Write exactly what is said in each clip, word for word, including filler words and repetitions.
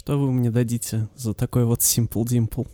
Что вы мне дадите за такой вот Simple Dimple?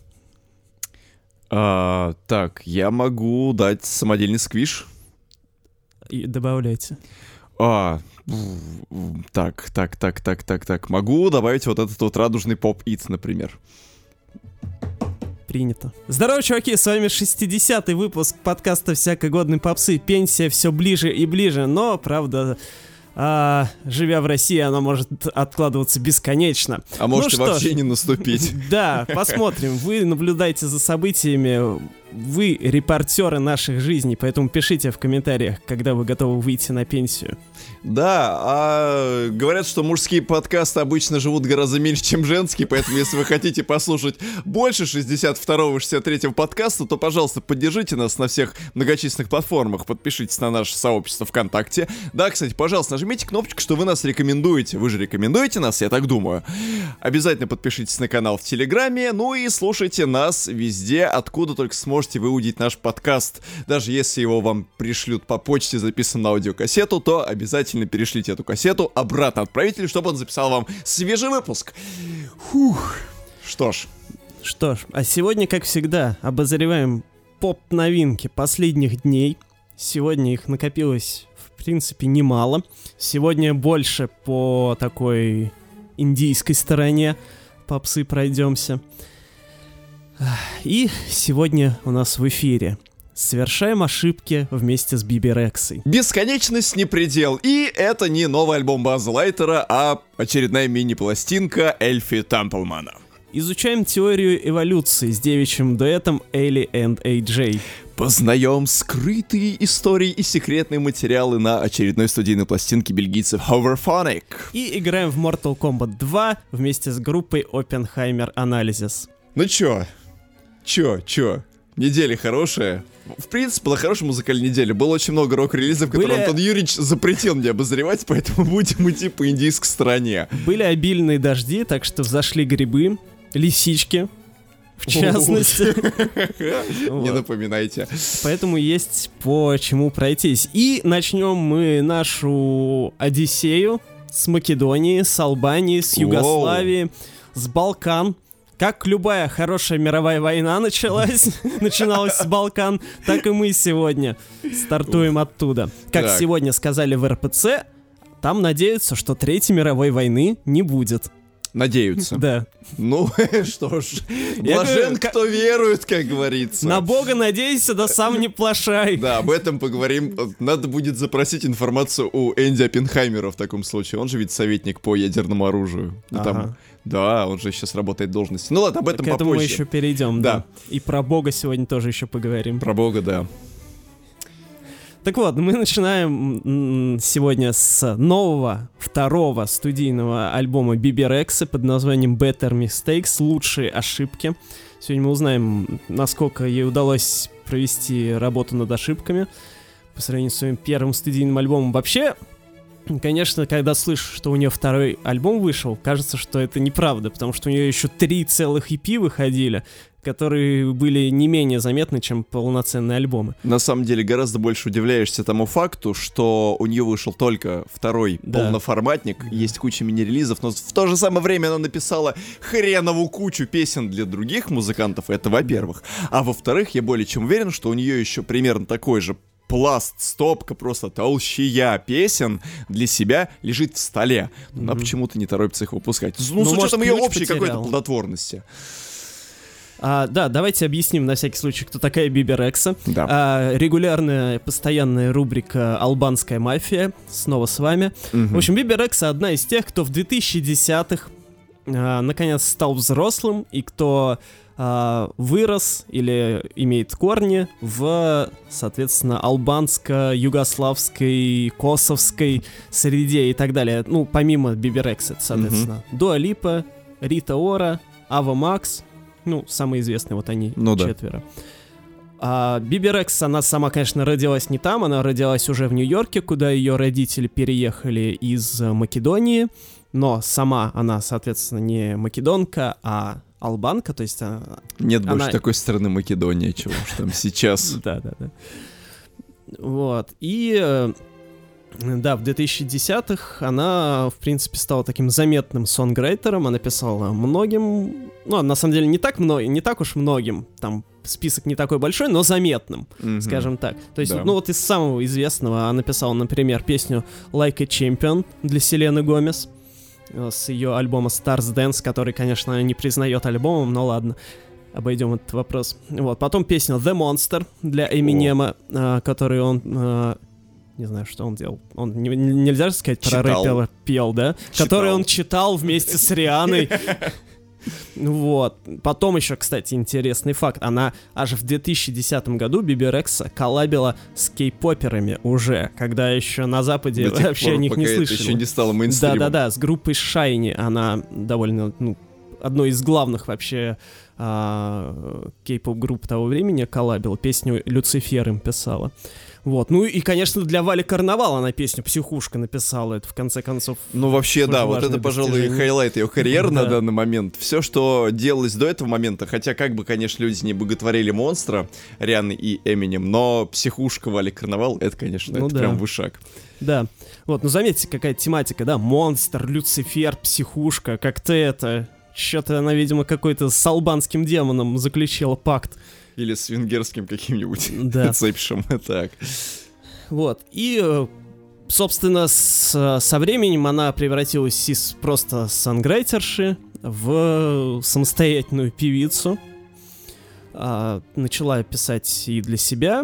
А, так, я могу дать самодельный сквиш. И добавляйте. А, так, так, так, так, так, так. Могу добавить вот этот вот радужный поп-ит, например. Принято. Здорово, чуваки, с вами шестидесятый выпуск подкаста «Всякой годной попсы». Пенсия все ближе и ближе, но, правда, а, живя в России, она может откладываться бесконечно. А может ну, и вообще ж, не наступить. Да, посмотрим. Вы наблюдаете за событиями, вы репортеры наших жизней, поэтому пишите в комментариях, когда вы готовы выйти на пенсию. Да, а говорят, что мужские подкасты обычно живут гораздо меньше, чем женские, поэтому если вы хотите послушать больше шестьдесят второго шестьдесят третьего подкаста, то, пожалуйста, поддержите нас на всех многочисленных платформах, подпишитесь на наше сообщество ВКонтакте. Да, кстати, пожалуйста, нажмите кнопочку, что вы нас рекомендуете. Вы же рекомендуете нас, я так думаю. Обязательно подпишитесь на канал в Телеграме, ну и слушайте нас везде, откуда только сможете выудить наш подкаст. Даже если его вам пришлют по почте, записан на аудиокассету, то обязательно перешлите эту кассету обратно отправителю, чтобы он записал вам свежий выпуск. Фух. Что ж. Что ж, а сегодня, как всегда, обозреваем поп-новинки последних дней. Сегодня их накопилось, в принципе, немало. Сегодня больше по такой индийской стороне попсы пройдемся. И сегодня у нас в эфире «Совершаем ошибки» вместе с Биби Рексой. Бесконечность не предел. И это не новый альбом База Лайтера, а очередная мини-пластинка Эльфи Темплмана. Изучаем теорию эволюции с девичьим дуэтом Элли энд Эй Джей. Познаем скрытые истории и секретные материалы на очередной студийной пластинке бельгийцев Hoverphonic. И играем в Mortal Kombat два вместе с группой Oppenheimer Analysis. Ну чё? Чё? Чё? Неделя хорошая. В принципе, была хорошая музыкальная неделя. Было очень много рок-релизов, которые Были... Антон Юрьевич запретил мне обозревать, поэтому будем идти по индийской стороне. Были обильные дожди, так что взошли грибы, лисички, в частности. Не напоминайте. Поэтому есть по чему пройтись. И начнем мы нашу Одиссею с Македонии, с Албании, с Югославии, с Балкан. Как любая хорошая мировая война началась, начиналась с Балкан, так и мы сегодня стартуем оттуда. Как так. сегодня сказали в эр пэ цэ, там надеются, что Третьей мировой войны не будет. Надеются. Да. Ну, что ж, блажен, кто верует, как говорится. На Бога надейся, да сам не плашай. Да, об этом поговорим. Надо будет запросить информацию у Энди Оппенхаймера в таком случае. Он же ведь советник по ядерному оружию. Ну, ага. там, да, он же сейчас работает в должности. Ну ладно, об этом К этому попозже. мы еще перейдем, да. да. И про Бога сегодня тоже еще поговорим. Про Бога, да. Так вот, мы начинаем сегодня с нового, второго студийного альбома Биби Рексы под названием Better Mistakes, лучшие ошибки. Сегодня мы узнаем, насколько ей удалось провести работу над ошибками по сравнению с своим первым студийным альбомом. Вообще, конечно, когда слышишь, что у нее второй альбом вышел, кажется, что это неправда, потому что у нее еще три целых и пи выходили, которые были не менее заметны, чем полноценные альбомы. На самом деле, гораздо больше удивляешься тому факту, что у нее вышел только второй да. полноформатник, есть куча мини-релизов, но в то же самое время она написала хреновую кучу песен для других музыкантов, это во-первых. А во-вторых, я более чем уверен, что у нее еще примерно такой же пласт, стопка, просто толщия песен для себя лежит в столе. Но mm-hmm. она почему-то не торопится их выпускать. Ну, ну с учетом ее общей потерял. Какой-то плодотворности. А, да, давайте объясним на всякий случай, кто такая Биби Рекса. Да. А, регулярная, постоянная рубрика «Албанская мафия». Снова с вами. Угу. В общем, Биби Рекса одна из тех, кто в двухтысячных а, наконец стал взрослым и кто а, вырос или имеет корни в, соответственно, албанско-югославской, косовской среде и так далее. Ну, помимо Биби Рекса, соответственно. Угу. Дуа Липа, Рита Ора, Ава Макс. Ну, самые известные вот они, ну, четверо. Да. А Биби Рекс, она сама, конечно, родилась не там, она родилась уже в Нью-Йорке, куда ее родители переехали из Македонии, но сама она, соответственно, не македонка, а албанка, то есть... Нет она... больше такой страны Македония, чего уж там сейчас. Да-да-да. Вот, и... Да, в две тысячи десятых она, в принципе, стала таким заметным сонграйтером. Она писала многим, ну, на самом деле, не так много, не так уж многим. Там список не такой большой, но заметным, mm-hmm. скажем так. То есть, да. ну, вот из самого известного она написала, например, песню Like a Champion для Селены Гомес с ее альбома Stars Dance, который, конечно, она не признает альбомом, но ладно. Обойдем этот вопрос. Вот. Потом песня The Monster для Эминема, oh. который он... Не знаю, что он делал. Он не, нельзя же сказать про рэпера пел, да? Читал. Который он читал вместе с Рианой. Вот. Потом еще, кстати, интересный факт. Она аж в две тысячи десятом году Биби Рекса коллабила с кей-поперами уже, когда еще на Западе вообще о них не слышали. Это еще не стало мейнстримом. Да-да-да, с группой Shiny. Она довольно, ну, одной из главных вообще а, кей-поп-групп того времени коллабила. Песню «Люцифер» им писала. Вот, ну и, конечно, для Вали Карнавал она песню «Психушка» написала, это в конце концов. Ну вообще, да, вот это, пожалуй, хайлайт ее карьеры на данный момент. Все, что делалось до этого момента, хотя как бы, конечно, люди не боготворили Монстра, Рианы и Эминем, но «Психушка», Вали Карнавал, это, конечно, это прям вышаг. Да, вот, ну заметьте, какая тематика, да, Монстр, Люцифер, Психушка, как-то это... Что-то она, видимо, какой-то с албанским демоном заключила пакт. Или с венгерским каким-нибудь да. цепишем, так. Вот, и, собственно, с, со временем она превратилась из просто сонграйтерши в самостоятельную певицу. А, начала писать и для себя,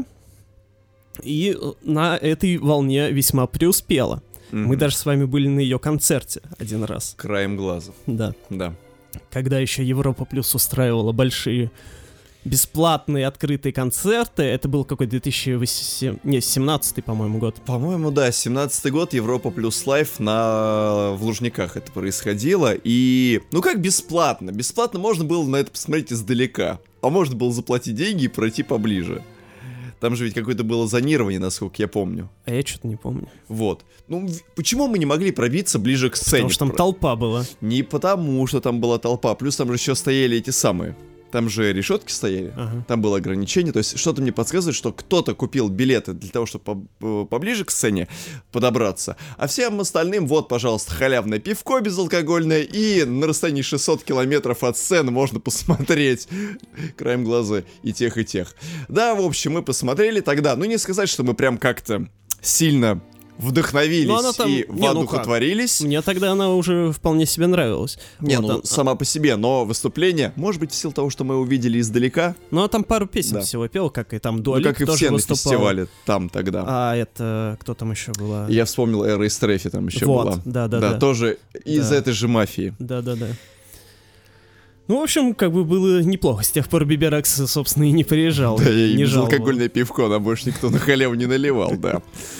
и на этой волне весьма преуспела. Mm-hmm. Мы даже с вами были на ее концерте один раз. Краем глаза. Да. Да. Когда еще Европа Плюс устраивала большие бесплатные открытые концерты. Это был какой-то две тысячи восемнадцатый, не, семнадцатый, по-моему, год. По-моему, да, семнадцатый год, Европа Плюс Лайв на... в Лужниках это происходило. И, ну как бесплатно? Бесплатно можно было на это посмотреть издалека. А можно было заплатить деньги и пройти поближе. Там же ведь какое-то было зонирование, насколько я помню. А я что-то не помню. Вот. Ну, почему мы не могли пробиться ближе к сцене? Потому что там толпа была. Не потому, что там была толпа. Плюс там же еще стояли эти самые... Там же решетки стояли, ага. Там было ограничение. То есть что-то мне подсказывает, что кто-то купил билеты для того, чтобы поближе к сцене подобраться. А всем остальным, вот, пожалуйста, халявное пивко безалкогольное. И на расстоянии шестьсот километров от сцены можно посмотреть краем глаза и тех, и тех. Да, в общем, мы посмотрели тогда. Ну, не сказать, что мы прям как-то сильно... вдохновились там... и не, воодухотворились. Ну Мне тогда она уже вполне себе нравилась. Не, вот, ну, а... сама по себе, но выступление, может быть, в силу того, что мы увидели издалека. Ну, а там пару песен да. всего пел, как и там Дуа Липа, ну, как и тоже все выступала. На фестивале там тогда. А это, кто там еще была? Я вспомнил, Эра из Трефи там еще вот, была. да-да-да. Да, тоже да. из этой же мафии. Да-да-да. Ну, в общем, как бы было неплохо. С тех пор Биби Рекс, собственно, и не приезжал. Да, и безалкогольное пивко нам больше никто на халяву не наливал, да.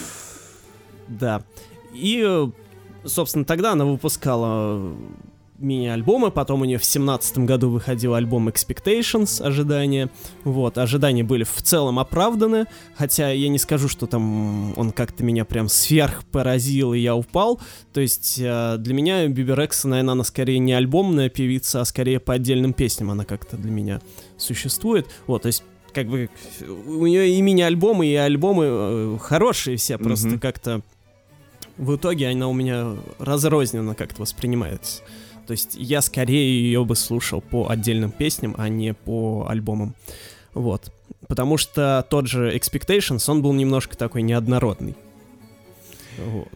Да. И, собственно, тогда она выпускала мини-альбомы, потом у нее в семнадцатом году выходил альбом Expectations, ожидания. Вот, ожидания были в целом оправданы, хотя я не скажу, что там он как-то меня прям сверх поразил, и я упал. То есть для меня Биби Рекс, наверное, она скорее не альбомная певица, а скорее по отдельным песням она как-то для меня существует. Вот, то есть как бы у нее и мини-альбомы, и альбомы хорошие все, просто mm-hmm. как-то в итоге она у меня разрозненно как-то воспринимается. То есть я скорее ее бы слушал по отдельным песням, а не по альбомам. Вот. Потому что тот же Expectations, он был немножко такой неоднородный. Вот.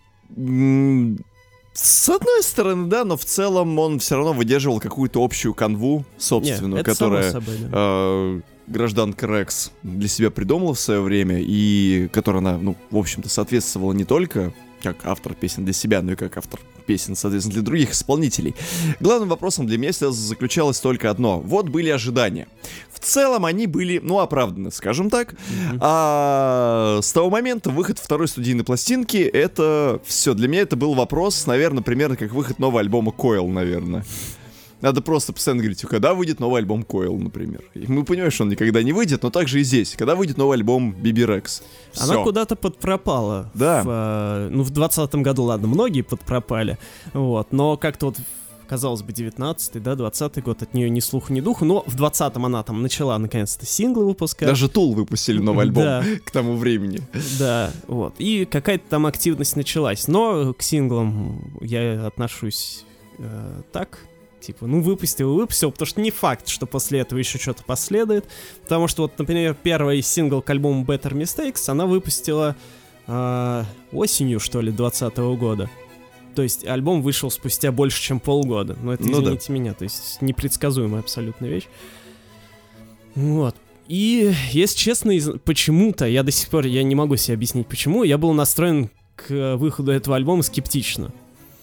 С одной стороны, да, но в целом он все равно выдерживал какую-то общую канву собственную, Нет, которая собой, да. э, гражданка Рекс для себя придумала в свое время, и которая она, ну, в общем-то, соответствовала не только как автор песен для себя, но и как автор песен, соответственно, для других исполнителей. Главным вопросом для меня заключалось только одно. Вот были ожидания. В целом они были, ну, оправданы, скажем так. Mm-hmm. А с того момента выход второй студийной пластинки, это все. Для меня это был вопрос, наверное, примерно как выход нового альбома Coil, наверное. Надо просто постоянно говорить, когда выйдет новый альбом Coil, например. И мы понимаем, что он никогда не выйдет, но также и здесь. Когда выйдет новый альбом Биби Рекс. Она куда-то подпропала. Да. В, ну, в двадцатом году, ладно, многие подпропали. Вот, но как-то вот казалось бы, девятнадцатый, да, двадцатый год, от нее ни слуху, ни духу, но в двадцатом она там начала наконец-то синглы выпускать. Даже Tool выпустили новый альбом да. к тому времени. Да, вот. И какая-то там активность началась. Но к синглам я отношусь э, так, типа, ну, выпустил и выпустил, потому что не факт, что после этого еще что-то последует. Потому что вот, например, первый сингл к альбому Better Mistakes она выпустила э, осенью, что ли, двадцатого года. То есть альбом вышел спустя больше, чем полгода. Но это, извините ну, да. меня, то есть непредсказуемая абсолютно вещь. Вот. И, если честно, из- почему-то, я до сих пор я не могу себе объяснить, почему, я был настроен к выходу этого альбома скептично.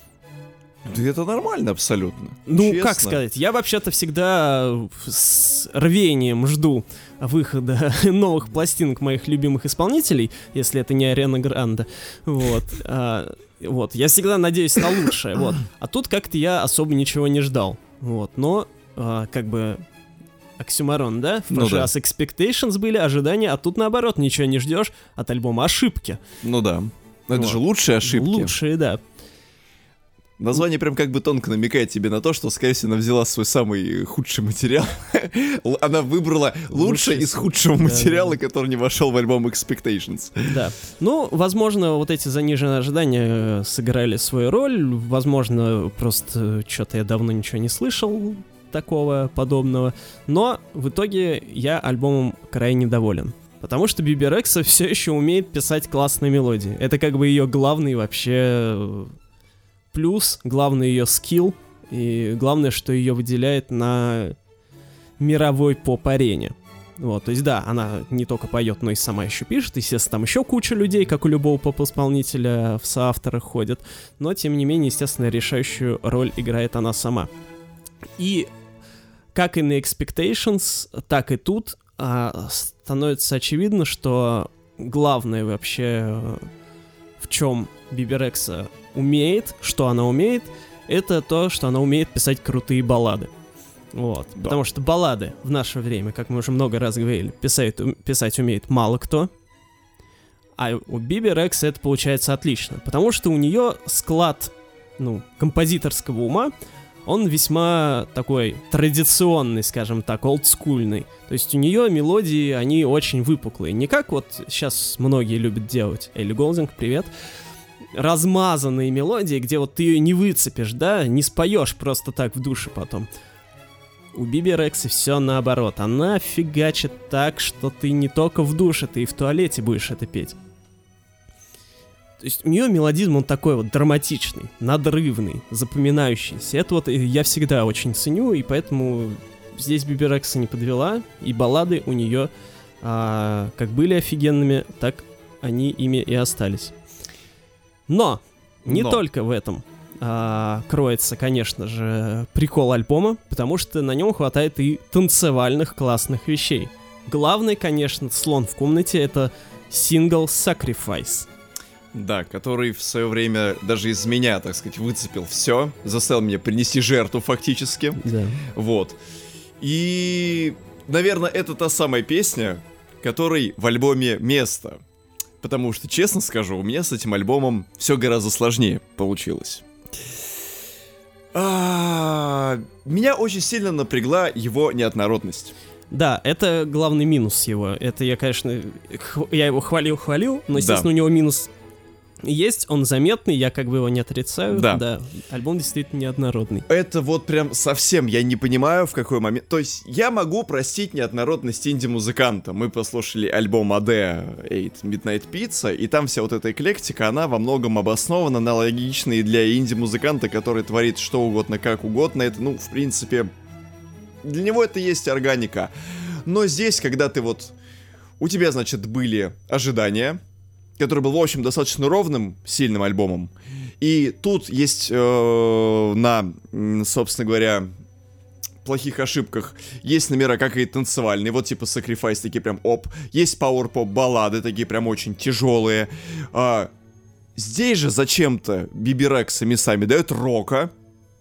Да это нормально абсолютно. Ну, честно. как сказать, я вообще-то всегда с рвением жду выхода новых пластинок моих любимых исполнителей, если это не Ариана Гранде. Вот. А, вот. Я всегда надеюсь на лучшее. Вот. А тут как-то я особо ничего не ждал. Вот. Но, а, как бы, оксюморон, да? В прошлый раз ну, да. expectations были, ожидания, а тут наоборот, ничего не ждешь от альбома ошибки. Ну да. Но это вот. же лучшие ошибки. Лучшие, да. Название прям как бы тонко намекает тебе на то, что, скорее всего, она взяла свой самый худший материал. Она выбрала лучшее из худшего материала, который не вошел в альбом Expectations. Да. Ну, возможно, вот эти заниженные ожидания сыграли свою роль. Возможно, просто что-то я давно ничего не слышал такого подобного. Но в итоге я альбомом крайне доволен. Потому что Биби Рекса все еще умеет писать классные мелодии. Это как бы ее главный вообще... плюс, главный ее скилл, и главное, что ее выделяет на мировой поп-арене. Вот, то есть да, она не только поет, но и сама еще пишет. Естественно, там еще куча людей, как у любого поп-исполнителя, в соавторах ходят. Но, тем не менее, естественно, решающую роль играет она сама. И как и на Expectations, так и тут а, становится очевидно, что главное вообще, в чем Биби Рекса умеет, что она умеет, это то, что она умеет писать крутые баллады. Вот. Да. Потому что баллады в наше время, как мы уже много раз говорили, писать, писать умеет мало кто. А у Биби Рекса это получается отлично. Потому что у нее склад, ну, композиторского ума, он весьма такой традиционный, скажем так, олдскульный. То есть у нее мелодии, они очень выпуклые. Не как вот сейчас многие любят делать. Элли Голдинг, привет. Размазанные мелодии, где вот ты ее не выцепишь, да, не споешь просто так в душе потом. У Биби Рекса все наоборот. Она фигачит так, что ты не только в душе, ты и в туалете будешь это петь. То есть у нее мелодизм, он такой вот драматичный, надрывный, запоминающийся. Это вот я всегда очень ценю, и поэтому здесь Биби Рекса не подвела, и баллады у нее а, как были офигенными, так они ими и остались. Но не Но. только в этом а, кроется, конечно же, прикол альбома, потому что на нем хватает и танцевальных классных вещей. Главный, конечно, слон в комнате — это сингл Sacrifice. Да, который в свое время даже из меня, так сказать, выцепил все, заставил меня принести жертву фактически. Да. Вот. И, наверное, это та самая песня, которой в альбоме место. Потому что, честно скажу, у меня с этим альбомом все гораздо сложнее получилось. А, меня очень сильно напрягла его неоднородность. Да, это главный минус его. Это я, конечно, х- я его хвалил-хвалил, но, естественно, да. у него минус есть, он заметный, я как бы его не отрицаю. Да. да. Альбом действительно неоднородный. Это вот прям совсем я не понимаю, в какой момент... То есть я могу простить неоднородность инди-музыканта. Мы послушали альбом Ade eight Midnight Pizza, и там вся вот эта эклектика, она во многом обоснована, аналогична и для инди-музыканта, который творит что угодно, как угодно. Это, ну, в принципе, для него это есть органика. Но здесь, когда ты вот... У тебя, значит, были ожидания, который был, в общем, достаточно ровным, сильным альбомом. И тут есть э, на, собственно говоря, плохих ошибках есть номера как и танцевальные, вот типа Sacrifice, такие прям оп. Есть пауэр-поп баллады, такие прям очень тяжелые. А, здесь же зачем-то Биби Рекса местами дает рока.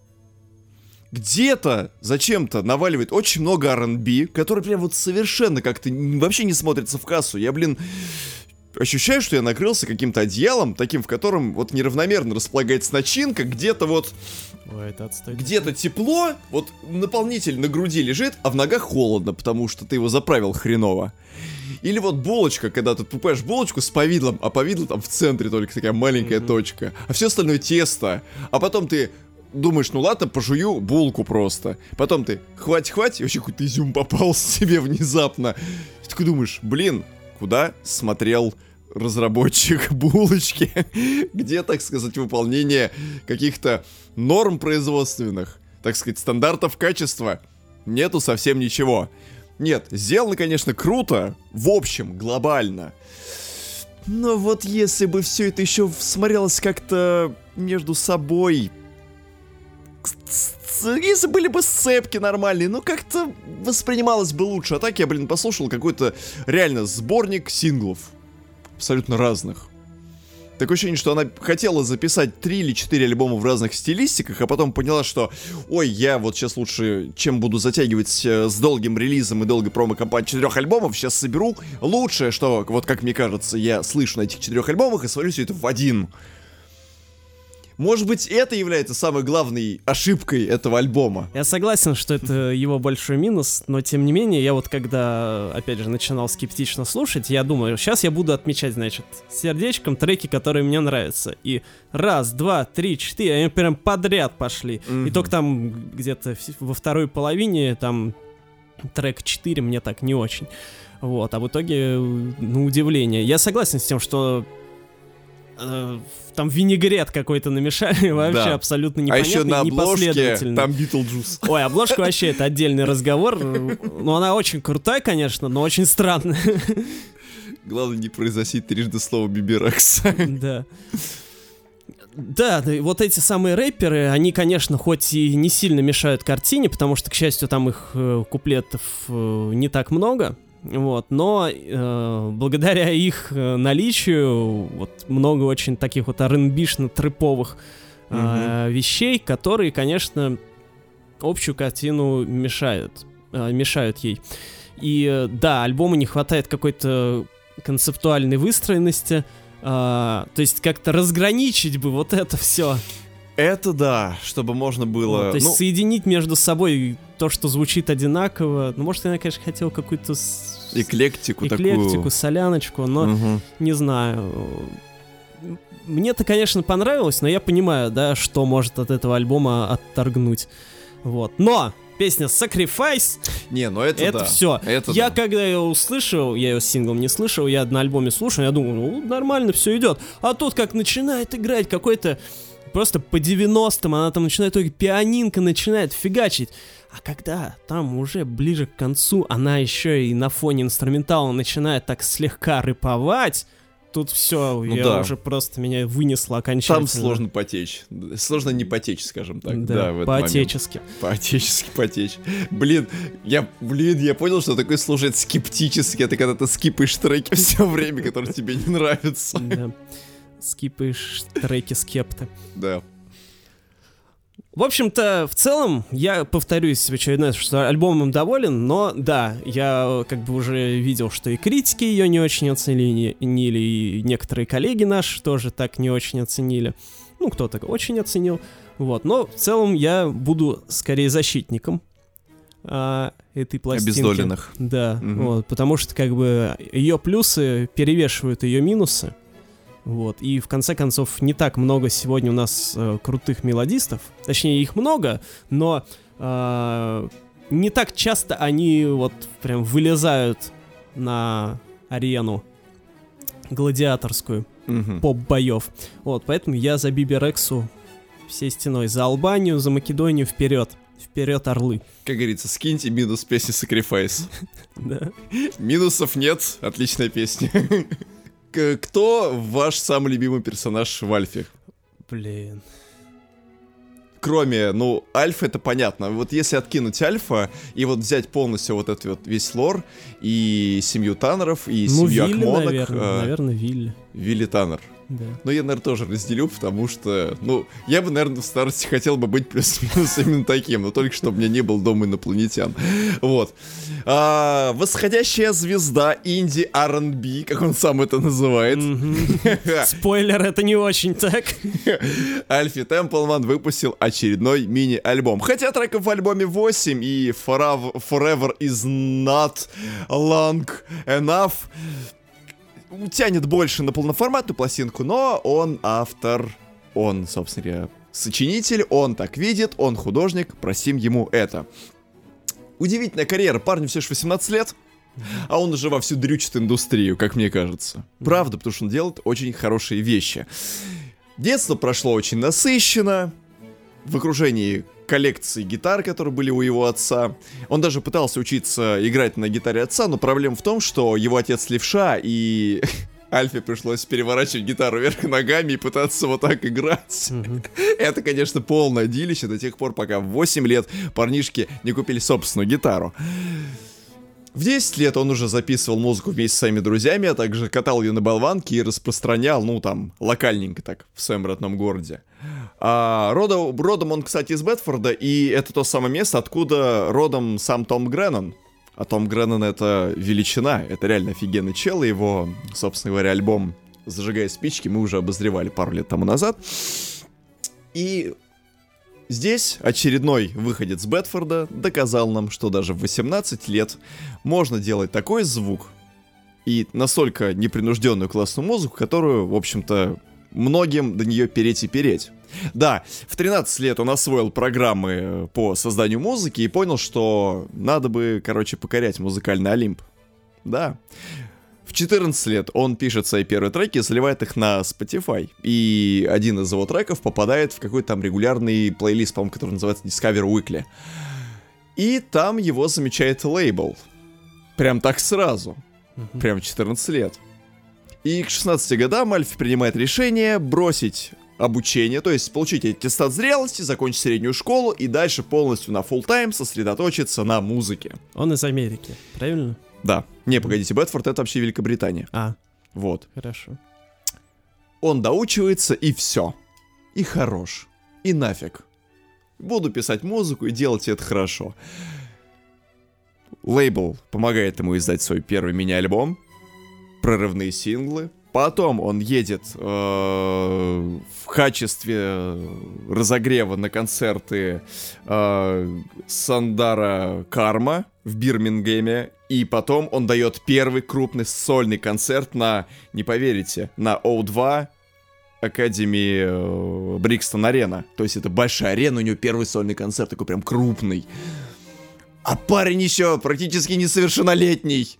Где-то зачем-то наваливает очень много ар энд би, который прям вот совершенно как-то вообще не смотрится в кассу. Я, блин... ощущаю, что я накрылся каким-то одеялом, таким, в котором вот неравномерно располагается начинка, где-то вот... Ой, это отстой. Где-то тепло, вот наполнитель на груди лежит, а в ногах холодно, потому что ты его заправил хреново. Или вот булочка, когда ты покупаешь булочку с повидлом, а повидло там в центре только такая маленькая mm-hmm. точка, а все остальное тесто. А потом ты думаешь, ну ладно, пожую булку просто. Потом ты хвать-хвать, и вообще какой-то изюм попался себе внезапно. И такой думаешь, блин, куда смотрел разработчик булочки? Где, так сказать, выполнение каких-то норм производственных, так сказать, стандартов качества? Нету совсем ничего. Нет, сделано, конечно, круто, в общем, глобально. Но вот если бы все это еще смотрелось как-то между собой... Если были бы сцепки нормальные, ну как-то воспринималось бы лучше. А так я, блин, послушал какой-то реально сборник синглов. Абсолютно разных. Такое ощущение, что она хотела записать три или четыре альбома в разных стилистиках, а потом поняла, что ой, я вот сейчас лучше, чем буду затягивать э, с долгим релизом и долгой промо-компанией четырех альбомов, сейчас соберу лучшее, что, вот как мне кажется, я слышу на этих четырех альбомах и свалю все это в один. Может быть, это является самой главной ошибкой этого альбома. Я согласен, что это его большой минус, но тем не менее, я вот когда, опять же, начинал скептично слушать, я думаю, сейчас я буду отмечать, значит, сердечком треки, которые мне нравятся. И раз, два, три, четыре, они прям подряд пошли. Mm-hmm. И только там где-то во второй половине, там, трек четыре мне так не очень. Вот, а в итоге, на удивление. Я согласен с тем, что... там винегрет какой-то намешали, вообще да. абсолютно непонятный, а еще на обложке там Битлджус. Ой, обложка вообще это отдельный разговор. Ну, она очень крутая, конечно, но очень странная. Главное не произносить трижды слово Биберекс. Да. Да, вот эти самые рэперы, они, конечно, хоть и не сильно мешают картине, потому что, к счастью, там их э, куплетов э, не так много. Вот, но э, благодаря их э, наличию вот много очень таких вот ар энд би-шно-трэповых э, mm-hmm. вещей, которые, конечно, общую картину мешают, э, мешают ей. И э, да, альбому не хватает какой-то концептуальной выстроенности, э, то есть как-то разграничить бы вот это все. Это да, чтобы можно было... Вот, то есть ну... соединить между собой то, что звучит одинаково. Ну, может, я, конечно, хотел какую-то... С... Эклектику, Эклектику, такую. соляночку, но угу. не знаю. Мне-то, конечно, понравилось, но я понимаю, да, что может от этого альбома отторгнуть. Вот. Но! Песня Sacrifice. Не, ну это, это да. все. Это я да. когда ее услышал, я ее синглом не слышал, я на альбоме слушал, я думаю, ну, нормально все идет. А тут как начинает играть какой-то просто по девяностым, она там начинает, только пианинка начинает фигачить. А когда там уже ближе к концу она еще и на фоне инструментала начинает так слегка рэповать, тут все, ну, я да. уже просто меня вынесло окончательно. Там сложно потечь. Сложно не потечь, скажем так. Да, да по-отечески. По-отечески потечь. Блин, я, блин, я понял, что такое слушать скептически. Это когда ты скипаешь треки все время, которые тебе не нравятся. Да. Скипаешь треки скепта. Да. В общем-то, в целом, я повторюсь в очередной раз, что альбомом доволен, но да, я как бы уже видел, что и критики ее не очень оценили, и некоторые коллеги наши тоже так не очень оценили. Ну, кто-то очень оценил. Вот, но в целом я буду скорее защитником а, этой пластинки. Обездоленных. Да, угу. вот, потому что как бы ее плюсы перевешивают ее минусы. Вот, и в конце концов не так много сегодня у нас э, крутых мелодистов, точнее их много, но э, не так часто они вот прям вылезают на арену гладиаторскую mm-hmm. поп-боев. Вот, поэтому я за Биберексу всей стеной, за Албанию, за Македонию вперед, вперед орлы. Как говорится, скиньте минус песни Sacrifice. Да. Минусов нет, отличная песня. Кто ваш самый любимый персонаж в Альфе? Блин. Кроме, ну, Альфа это понятно. Вот если откинуть Альфа и вот взять полностью вот этот вот весь лор и семью Таннеров, и ну, семью Вилли, Акмонок. Наверное, э, наверное, Вилли. Вилли Таннер. Да. Но я, наверное, тоже разделю, потому что, ну, я бы, наверное, в старости хотел бы быть плюс-минус именно таким, но только чтобы у меня не был дома инопланетян. Вот. А, восходящая звезда инди ар энд би, как он сам это называет. Спойлер, это не очень так. Альфи Темплман выпустил очередной мини-альбом. Хотя треков в альбоме восемь, и Forever is not long enough тянет больше на полноформатную пластинку, но он автор, он, собственно говоря, сочинитель, он так видит, он художник, простим ему это. Удивительная карьера, парню всего лишь восемнадцать лет, а он уже вовсю дрючит индустрию, как мне кажется. Правда, потому что он делает очень хорошие вещи. Детство прошло очень насыщенно, в окружении коллекции гитар, которые были у его отца. Он даже пытался учиться играть на гитаре отца, но проблема в том, что его отец левша, и Альфе пришлось переворачивать гитару вверх ногами и пытаться вот так играть. Mm-hmm. Это, конечно, полное дилище до тех пор, пока в восемь лет парнишки не купили собственную гитару. В десять лет он уже записывал музыку вместе с своими друзьями, а также катал ее на болванке и распространял, ну там, локальненько так, в своем родном городе. А, родом, родом он, кстати, из Бетфорда, и это то самое место, откуда родом сам Том Греннон. А Том Греннон — это величина, это реально офигенный чел, и его, собственно говоря, альбом «Зажигая спички» мы уже обозревали пару лет тому назад. И здесь очередной выходец с Бетфорда доказал нам, что даже в восемнадцать лет можно делать такой звук и настолько непринужденную классную музыку, которую, в общем-то, многим до нее переть и переть. Да, в тринадцать лет он освоил программы по созданию музыки и понял, что надо бы, короче, покорять музыкальный Олимп. Да. В четырнадцать лет он пишет свои первые треки и заливает их на Spotify. И один из его треков попадает в какой-то там регулярный плейлист, по-моему, который называется Discover Weekly. И там его замечает лейбл. Прям так сразу. Mm-hmm. Прям в четырнадцать лет. И к шестнадцати годам Альфи принимает решение бросить обучение, то есть получить аттестат зрелости, закончить среднюю школу и дальше полностью на фулл-тайм сосредоточиться на музыке. Он из Америки, правильно? Да. Не, погодите, Бетфорд — это вообще Великобритания. А. Вот. Хорошо. Он доучивается, и все. И хорош. И нафиг. Буду писать музыку и делать это хорошо. Лейбл помогает ему издать свой первый мини-альбом. Прорывные синглы. Потом он едет э, в качестве разогрева на концерты э, Сандара Карма в Бирмингеме. И потом он дает первый крупный сольный концерт на, не поверите, на о два Академии э, Брикстон Арена. То есть это большая арена, у него первый сольный концерт, такой прям крупный. А парень еще практически несовершеннолетний.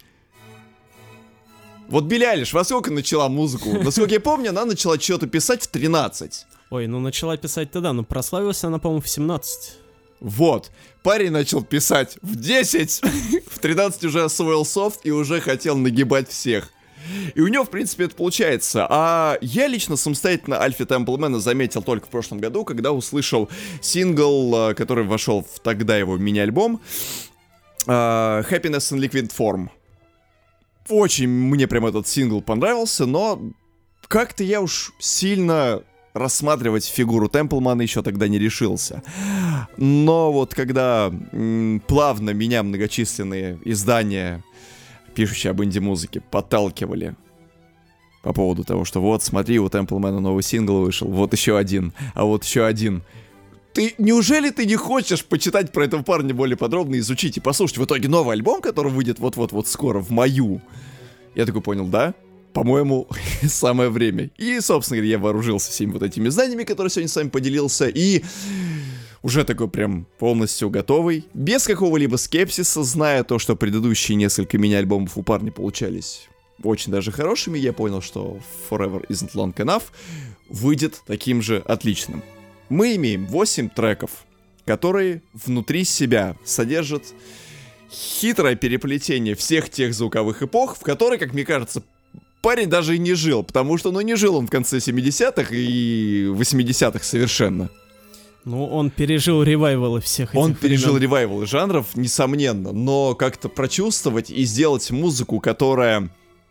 Вот Билли Айлиш во сколько начала музыку? Насколько я помню, она начала что-то писать в тринадцать. Ой, ну начала писать тогда, но прославилась она, по-моему, в семнадцать. Вот. Парень начал писать в десять, в тринадцать уже освоил софт и уже хотел нагибать всех. И у него, в принципе, это получается. А я лично самостоятельно Альфи Темплмана заметил только в прошлом году, когда услышал сингл, который вошел в тогда его мини-альбом, Happiness in Liquid Form. Очень мне прям этот сингл понравился, но как-то я уж сильно рассматривать фигуру Темплмана еще тогда не решился. Но вот когда м, плавно меня многочисленные издания, пишущие об инди-музыке, подталкивали по поводу того, что вот, смотри, у Темплмана новый сингл вышел, вот еще один, а вот еще один. Ты, неужели ты не хочешь почитать про этого парня более подробно, изучить и послушать в итоге новый альбом, который выйдет вот-вот-вот скоро, в маю? Я такой понял, да, по-моему, самое время. И, собственно говоря, я вооружился всеми вот этими знаниями, которые сегодня с вами поделился, и уже такой прям полностью готовый, без какого-либо скепсиса, зная то, что предыдущие несколько мини-альбомов у парня получались очень даже хорошими, я понял, что Forever Isn't Long Enough выйдет таким же отличным. Мы имеем восемь треков, которые внутри себя содержат хитрое переплетение всех тех звуковых эпох, в которой, как мне кажется, парень даже и не жил, потому что, ну, не жил он в конце семидесятых и восьмидесятых совершенно. Ну, он пережил ревайвалы всех этих Он пережил времен. ревайвалы жанров, несомненно, но как-то прочувствовать и сделать музыку, которая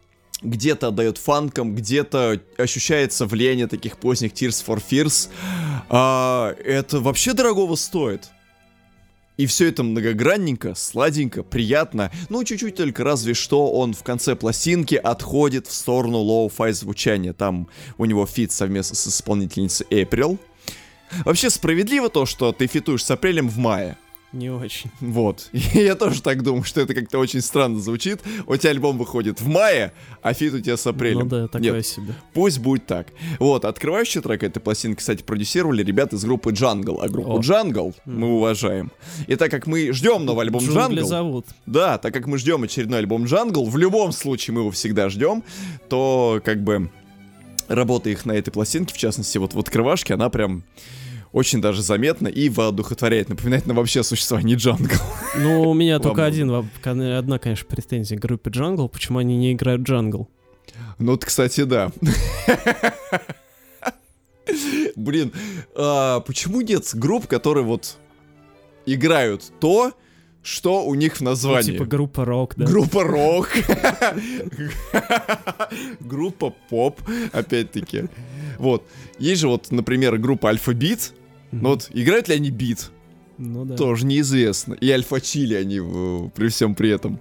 где-то отдает фанкам, где-то ощущается влияние таких поздних Tears for Fears. А, это вообще дорогого стоит. И все это многогранненько, сладенько, приятно. Ну, чуть-чуть только, разве что он в конце пластинки отходит в сторону лоу-фай звучания. Там у него фит совместно с исполнительницей April. Вообще справедливо то, что ты фитуешь с Апрелем в мае. Не очень. Вот. И я тоже так думаю, что это как-то очень странно звучит. У тебя альбом выходит в мае, а фит у тебя с Апрелем. Ну да, такое Нет, себе. Пусть будет так. Вот, открывающий трек этой пластинки, кстати, продюсировали ребята из группы Jungle. А группу О. Jungle Mm. мы уважаем. И так как мы ждем новый альбом Джунгли Jungle... зовут. Да, так как мы ждем очередной альбом Jungle, в любом случае мы его всегда ждем, то как бы работа их на этой пластинке, в частности, вот в открывашке, она прям... очень даже заметно и воодухотворяет. Напоминает нам вообще о существовании Jungle. Ну, у меня только Ладно. один, во- одна, конечно, претензия к группе Jungle. Почему они не играют Jungle? Ну, вот, кстати, да. Блин, а почему нет групп, которые вот играют то, что у них в Ну, названии? типа группа рок, да? Группа рок. Группа поп, опять-таки. Вот. Есть же вот, например, группа Альфа-Бит. Но вот играют ли они бит? Ну да. Тоже неизвестно. И Альфа-Чили они в- при всем при этом.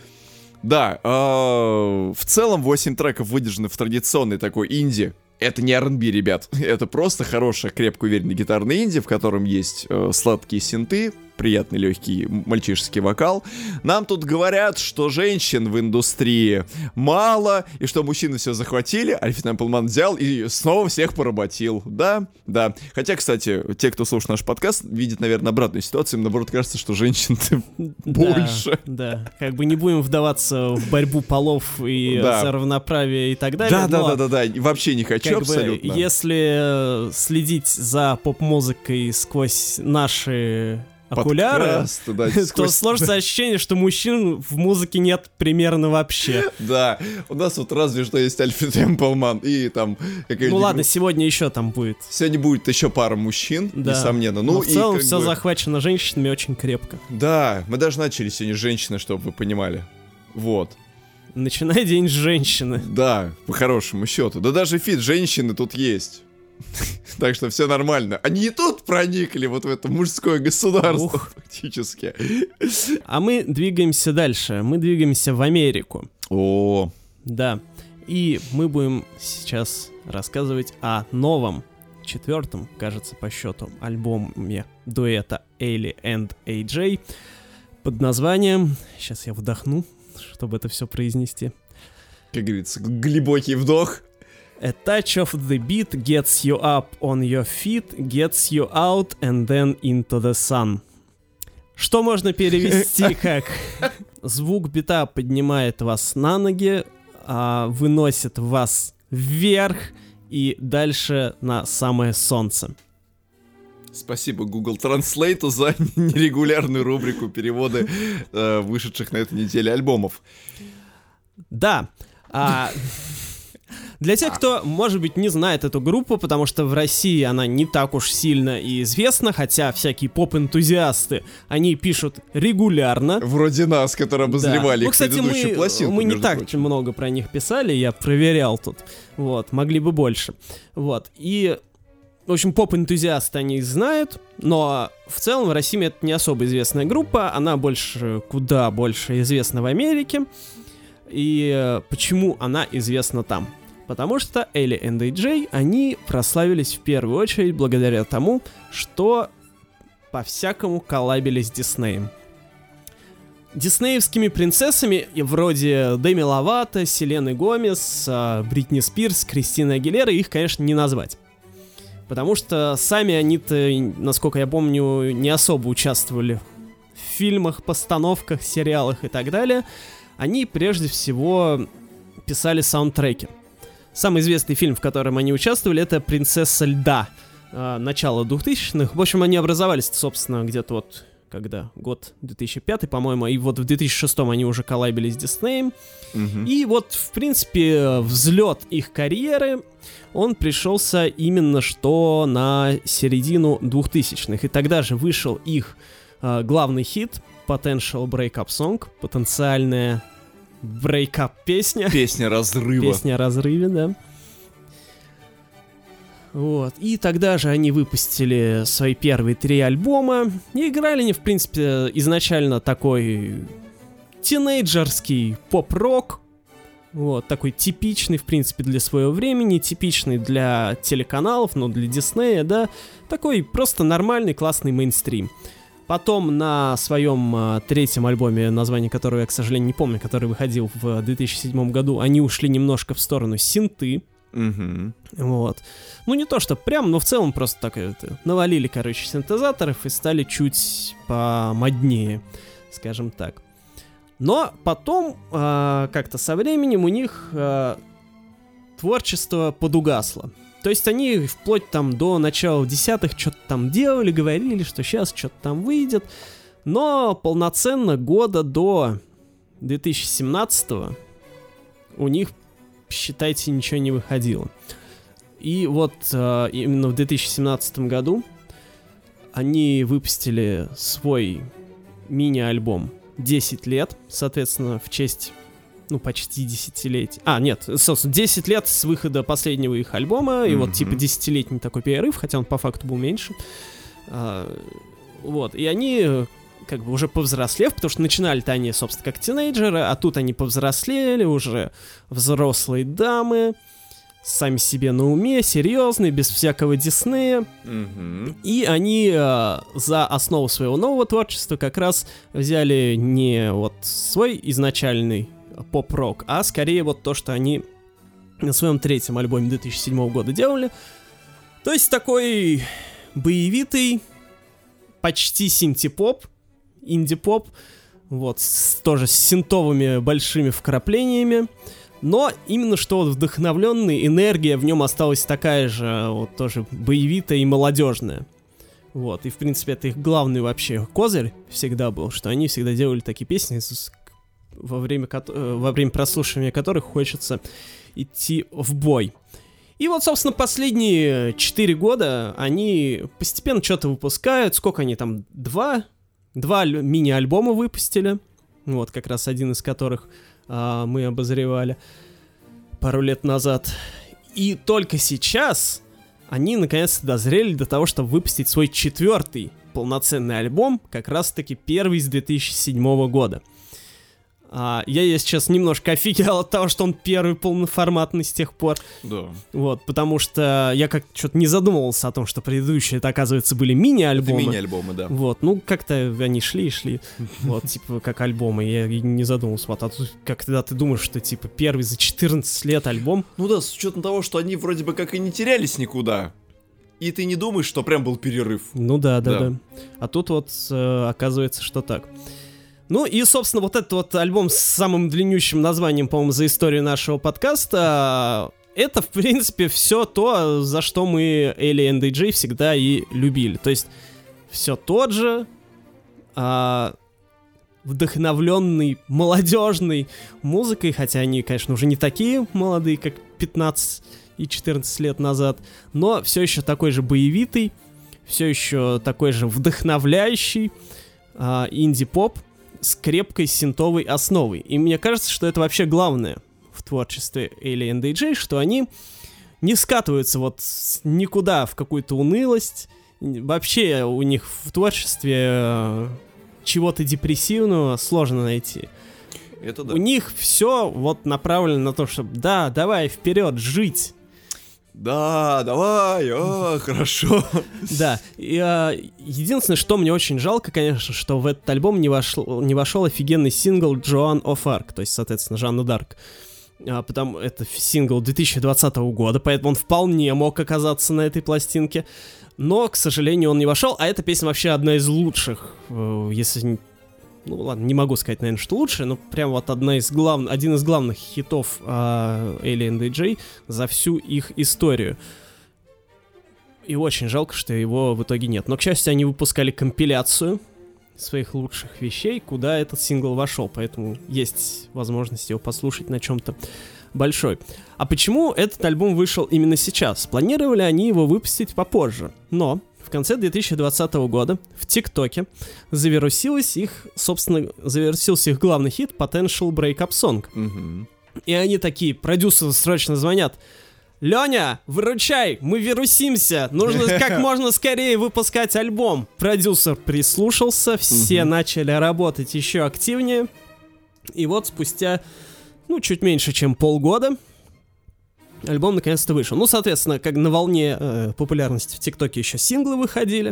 Да, а, в целом восемь треков выдержаны в традиционной такой инди. Это не ар энд би, ребят. Это просто хорошая, крепко уверенная гитарная инди, в котором есть э, сладкие синты, приятный легкий мальчишеский вокал. Нам тут говорят, что женщин в индустрии мало, и что мужчины все захватили, а Альфи Темплман взял и снова всех поработил. Да, да. Хотя, кстати, те, кто слушает наш подкаст, видят, наверное, обратную ситуацию. Им, наоборот, кажется, что женщин больше. Да, да. Как бы не будем вдаваться в борьбу полов и Да. за равноправие и так далее. Да, да, но да, да, да. И вообще не хочу как бы, абсолютно. если э, следить за поп-музыкой сквозь наши окуляры, Подкасты, да, то сквозь- сложится ощущение, что мужчин в музыке нет примерно вообще. Да, у нас вот разве что есть Альфи Темплман и там какая-нибудь... Ну ладно, группа. сегодня еще там будет. Сегодня будет еще пара мужчин, Да. несомненно. Ну, Но в и целом как все бы- захвачено женщинами очень крепко. Да, мы даже начали сегодня с женщины, чтобы вы понимали. Вот. Начинай день с женщины. Да, по хорошему счету. Да даже фит женщины тут есть. Так что все нормально. Они и тут проникли вот в это мужское государство Ух. фактически. А мы двигаемся дальше. Мы двигаемся в Америку. О, Да. И мы будем сейчас рассказывать о новом, четвертом, кажется, по счету, альбоме дуэта Эйли and эй джей под названием... Сейчас я вдохну, чтобы это все произнести. как говорится, глубокий вдох. A touch of the beat gets you up on your feet, gets you out and then into the sun. Что можно перевести как звук бита поднимает вас на ноги, а, выносит вас вверх и дальше на самое солнце. Спасибо Google Translate за нерегулярную рубрику перевода э, вышедших на этой неделе альбомов. Да. А, для тех, кто, может быть, не знает эту группу, потому что в России она не так уж сильно и известна, хотя всякие поп-энтузиасты, они пишут регулярно. Вроде нас, которые обозревали Да. Ну, их кстати, предыдущую мы, пластинку, мы не между так прочим. много про них писали, я проверял тут. Вот, могли бы больше. Вот, и... В общем, поп-энтузиасты они их знают, но в целом в России это не особо известная группа, она больше, куда больше известна в Америке. И э, почему она известна там? Потому что Эйли and эй джей, они прославились в первую очередь благодаря тому, что по-всякому коллабились с Диснеем. Диснеевскими принцессами вроде Деми Ловато, Селены Гомес, э, Бритни Спирс, Кристины Агилеры их, конечно, не назвать. Потому что сами они-то, насколько я помню, не особо участвовали в фильмах, постановках, сериалах и так далее. Они прежде всего писали саундтреки. Самый известный фильм, в котором они участвовали, это «Принцесса льда», э, начало двухтысячных. В общем, они образовались, собственно, где-то вот, когда, год две тысячи пятый, по-моему, и вот в две тысячи шестом они уже коллабились с Диснеем. Мгм. И вот, в принципе, взлет их карьеры, он пришелся именно что на середину двухтысячных. И тогда же вышел их э, главный хит Potential Breakup Song, потенциальная брейкап песня. Песня разрыва. Песня о разрыве, да. Вот. И тогда же они выпустили свои первые три альбома. И играли они, в принципе, изначально такой тинейджерский поп-рок. Вот, такой типичный, в принципе, для своего времени, типичный для телеканалов, но для Диснея, да. Такой просто нормальный, классный мейнстрим. Потом на своем э, третьем альбоме, название которого я, к сожалению, не помню, который выходил в две тысячи седьмом году, они ушли немножко в сторону синты. Угу. Вот. Ну, не то, что прям, но в целом просто так это, навалили, короче, синтезаторов и стали чуть помоднее, скажем так. Но потом, э, как-то со временем у них э, творчество подугасло. То есть они вплоть там до начала десятых что-то там делали, говорили, что сейчас что-то там выйдет. Но полноценно года до две тысячи семнадцатого у них, считайте, ничего не выходило. И вот э, именно в две тысячи семнадцатом году они выпустили свой мини-альбом десять лет, соответственно, в честь, ну, почти десятилетия. А, нет, собственно, десять лет с выхода последнего их альбома, и mm-hmm. вот, типа, десятилетний такой перерыв, хотя он по факту был меньше. А, вот, и они, как бы, уже повзрослев, потому что начинали-то они, собственно, как тинейджеры, а тут они повзрослели, уже взрослые дамы, сами себе на уме, серьезные, без всякого Диснея. Mm-hmm. И они э, за основу своего нового творчества как раз взяли не вот свой изначальный поп-рок, а скорее вот то, что они на своем третьем альбоме две тысячи седьмого года делали. То есть такой боевитый, почти синти-поп, инди-поп, вот, с, тоже с синтовыми большими вкраплениями. Но именно что вот вдохновленный, энергия в нем осталась такая же, вот тоже боевитая и молодежная. Вот, и в принципе это их главный вообще козырь всегда был, что они всегда делали такие песни, во время, во время прослушивания которых хочется идти в бой. И вот, собственно, последние четыре года они постепенно что-то выпускают. Сколько они там? Два? Два мини-альбома выпустили. Вот, как раз один из которых а, мы обозревали пару лет назад. И только сейчас они наконец-то дозрели до того, чтобы выпустить свой четвертый полноценный альбом, как раз-таки первый с две тысячи седьмого года. А, я, если честно, немножко офигел от того, что он первый полноформатный с тех пор. Да. Вот, потому что я как-то что-то не задумывался о том, что предыдущие, это, оказывается, были мини-альбомы. Это мини-альбомы, да. Вот, ну, как-то они шли и шли, вот, типа, как альбомы, я не задумывался, вот, а тут, как когда ты думаешь, что, типа, первый за четырнадцать лет альбом. Ну да, с учетом того, что они вроде бы как и не терялись никуда. И ты не думаешь, что прям был перерыв. Ну да, да, да. Да. А тут вот э, оказывается, что так. Ну и, собственно, вот этот вот альбом с самым длиннющим названием, по-моему, за историю нашего подкаста, это, в принципе, все то, за что мы Элли энд Эй Джей всегда и любили. То есть все тот же а, вдохновленный, молодежной музыкой, хотя они, конечно, уже не такие молодые, как пятнадцать и четырнадцать лет назад, но все еще такой же боевитый, все еще такой же вдохновляющий а, инди-поп с крепкой синтовой основой. И мне кажется, что это вообще главное в творчестве Элли энд Эй Джей, что они не скатываются вот никуда в какую-то унылость. Вообще у них в творчестве э, чего-то депрессивного сложно найти. Это да. У них все вот направлено на то, чтобы да, давай вперед, жить. Да, давай, а, хорошо. Да, и, а, единственное, что мне очень жалко, конечно, что в этот альбом не вошел, не вошел офигенный сингл Joan of Arc, то есть, соответственно, Жанна Дарк. А, потому это сингл две тысячи двадцатого года, поэтому он вполне мог оказаться на этой пластинке. Но, к сожалению, он не вошел, а эта песня вообще одна из лучших, если... Ну ладно, не могу сказать, наверное, что лучше, но прям вот одна из глав... один из главных хитов uh, Элли энд Эй Джей за всю их историю. И очень жалко, что его в итоге нет. Но, к счастью, они выпускали компиляцию своих лучших вещей, куда этот сингл вошел, поэтому есть возможность его послушать на чем-то большой. А почему этот альбом вышел именно сейчас? Планировали они его выпустить попозже, но... в конце две тысячи двадцатого года в ТикТоке завирусилась их, собственно, завирусился их главный хит Potential Breakup Song. Угу. И они такие, продюсеры срочно звонят: Леня, выручай, мы вирусимся, нужно как можно скорее выпускать альбом. Продюсер прислушался, все угу. начали работать еще активнее. И вот спустя, ну, чуть меньше, чем полгода, альбом наконец-то вышел. Ну, соответственно, как на волне э, популярности в ТикТоке еще синглы выходили.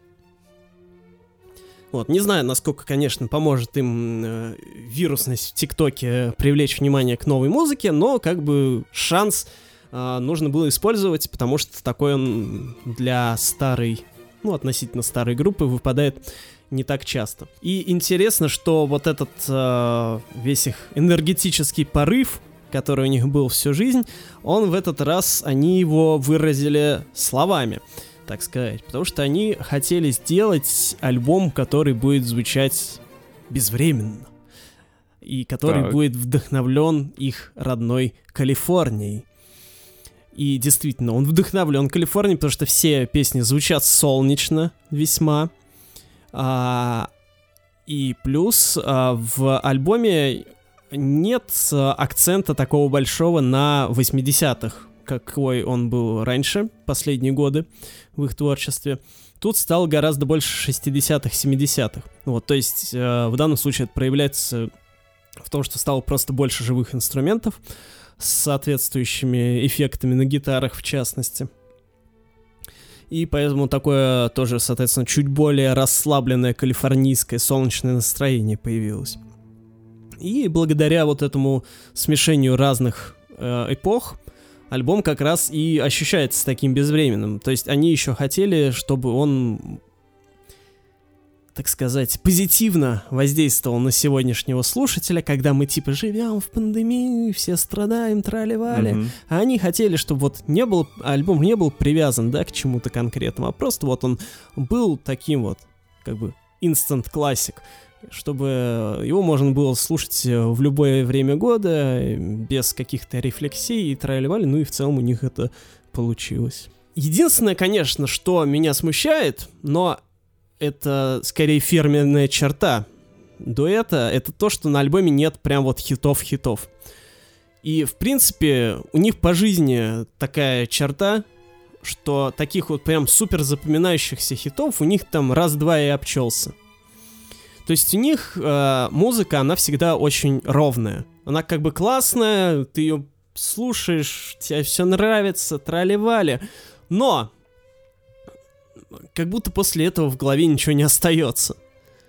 Вот, не знаю, насколько, конечно, поможет им э, вирусность в ТикТоке привлечь внимание к новой музыке, но как бы шанс э, нужно было использовать, потому что такой он для старой, ну, относительно старой группы выпадает не так часто. И интересно, что вот этот э, весь их энергетический порыв, который у них был всю жизнь, он в этот раз, они его выразили словами, так сказать, потому что они хотели сделать альбом, который будет звучать безвременно, и который так. будет вдохновлен их родной Калифорнией. И действительно, он вдохновлен Калифорнией, потому что все песни звучат солнечно весьма, а, и плюс а, в альбоме нет акцента такого большого на восьмидесятых, какой он был раньше, последние годы в их творчестве. Тут стало гораздо больше шестидесятых, семидесятых. Вот, то есть э, в данном случае это проявляется в том, что стало просто больше живых инструментов с соответствующими эффектами на гитарах, в частности. И поэтому такое тоже, соответственно, чуть более расслабленное калифорнийское солнечное настроение появилось. И благодаря вот этому смешению разных э, эпох альбом как раз и ощущается таким безвременным. То есть они еще хотели, чтобы он, так сказать, позитивно воздействовал на сегодняшнего слушателя, когда мы типа живем в пандемии, все страдаем, трали-вали. Mm-hmm. А они хотели, чтобы вот не был, альбом не был привязан, да, к чему-то конкретному, а просто вот он был таким вот, как бы, instant classic, чтобы его можно было слушать в любое время года, без каких-то рефлексий и трали-вали, ну и в целом у них это получилось. Единственное, конечно, что меня смущает, но это скорее фирменная черта дуэта, это то, что на альбоме нет прям вот хитов-хитов. И, в принципе, у них по жизни такая черта, что таких вот прям супер запоминающихся хитов у них там раз-два и обчелся. То есть у них э, музыка, она всегда очень ровная. Она как бы классная, ты ее слушаешь, тебе все нравится, трали-вали. Но как будто после этого в голове ничего не остается.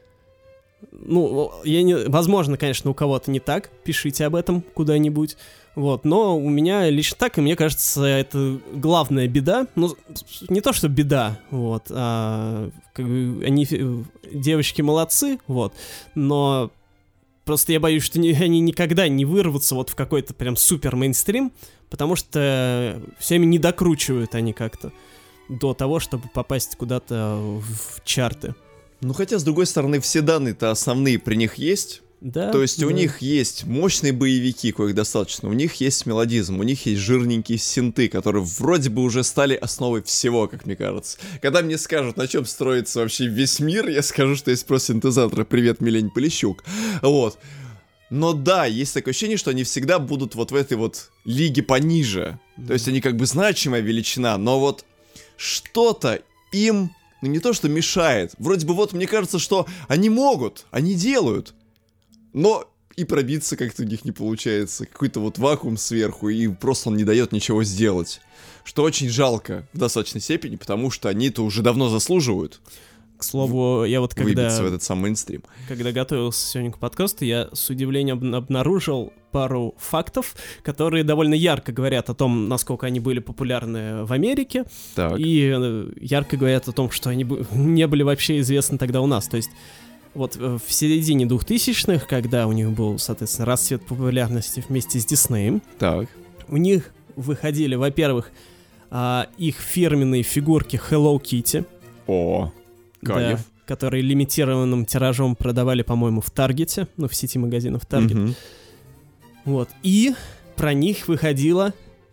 Ну, я не... возможно, конечно, у кого-то не так. Пишите об этом куда-нибудь. Вот, но у меня лично так, и мне кажется, это главная беда. Ну, не то, что беда, вот, а как бы они, девочки, молодцы, вот, но просто я боюсь, что не, они никогда не вырвутся вот в какой-то прям супер мейнстрим, потому что все время не докручивают они как-то до того, чтобы попасть куда-то в чарты. Ну, хотя, с другой стороны, все данные-то основные при них есть. Да, То есть да. у них есть мощные боевики, коих достаточно, у них есть мелодизм, у них есть жирненькие синты, которые вроде бы уже стали основой всего, как мне кажется. Когда мне скажут, на чем строится вообще весь мир, я скажу, что есть просто синтезаторы. Привет, Милень Полищук. Вот. Но да, есть такое ощущение, что они всегда будут вот в этой вот лиге пониже. Mm-hmm. То есть они как бы значимая величина, но вот что-то им, ну не то что мешает. Вроде бы вот мне кажется, что они могут, они делают. Но и пробиться как-то у них не получается. Какой-то вот вакуум сверху, и просто он не дает ничего сделать. Что очень жалко в достаточной степени, потому что они-то уже давно заслуживают. К слову, я вот когда... выбиться в этот самый мейнстрим. Когда готовился сегодня к подкасту, я с удивлением об- обнаружил пару фактов, которые довольно ярко говорят о том, насколько они были популярны в Америке. Так. И э, ярко говорят о том, что они б- не были вообще известны тогда у нас. То есть вот в середине двухтысячных, когда у них был, соответственно, расцвет популярности вместе с Диснеем, так. у них выходили, во-первых, а, их фирменные фигурки Hello Kitty. О, кайф. Да, которые лимитированным тиражом продавали, по-моему, в Таргете, ну, в сети магазинов Таргет. Угу. Вот. И про них выходила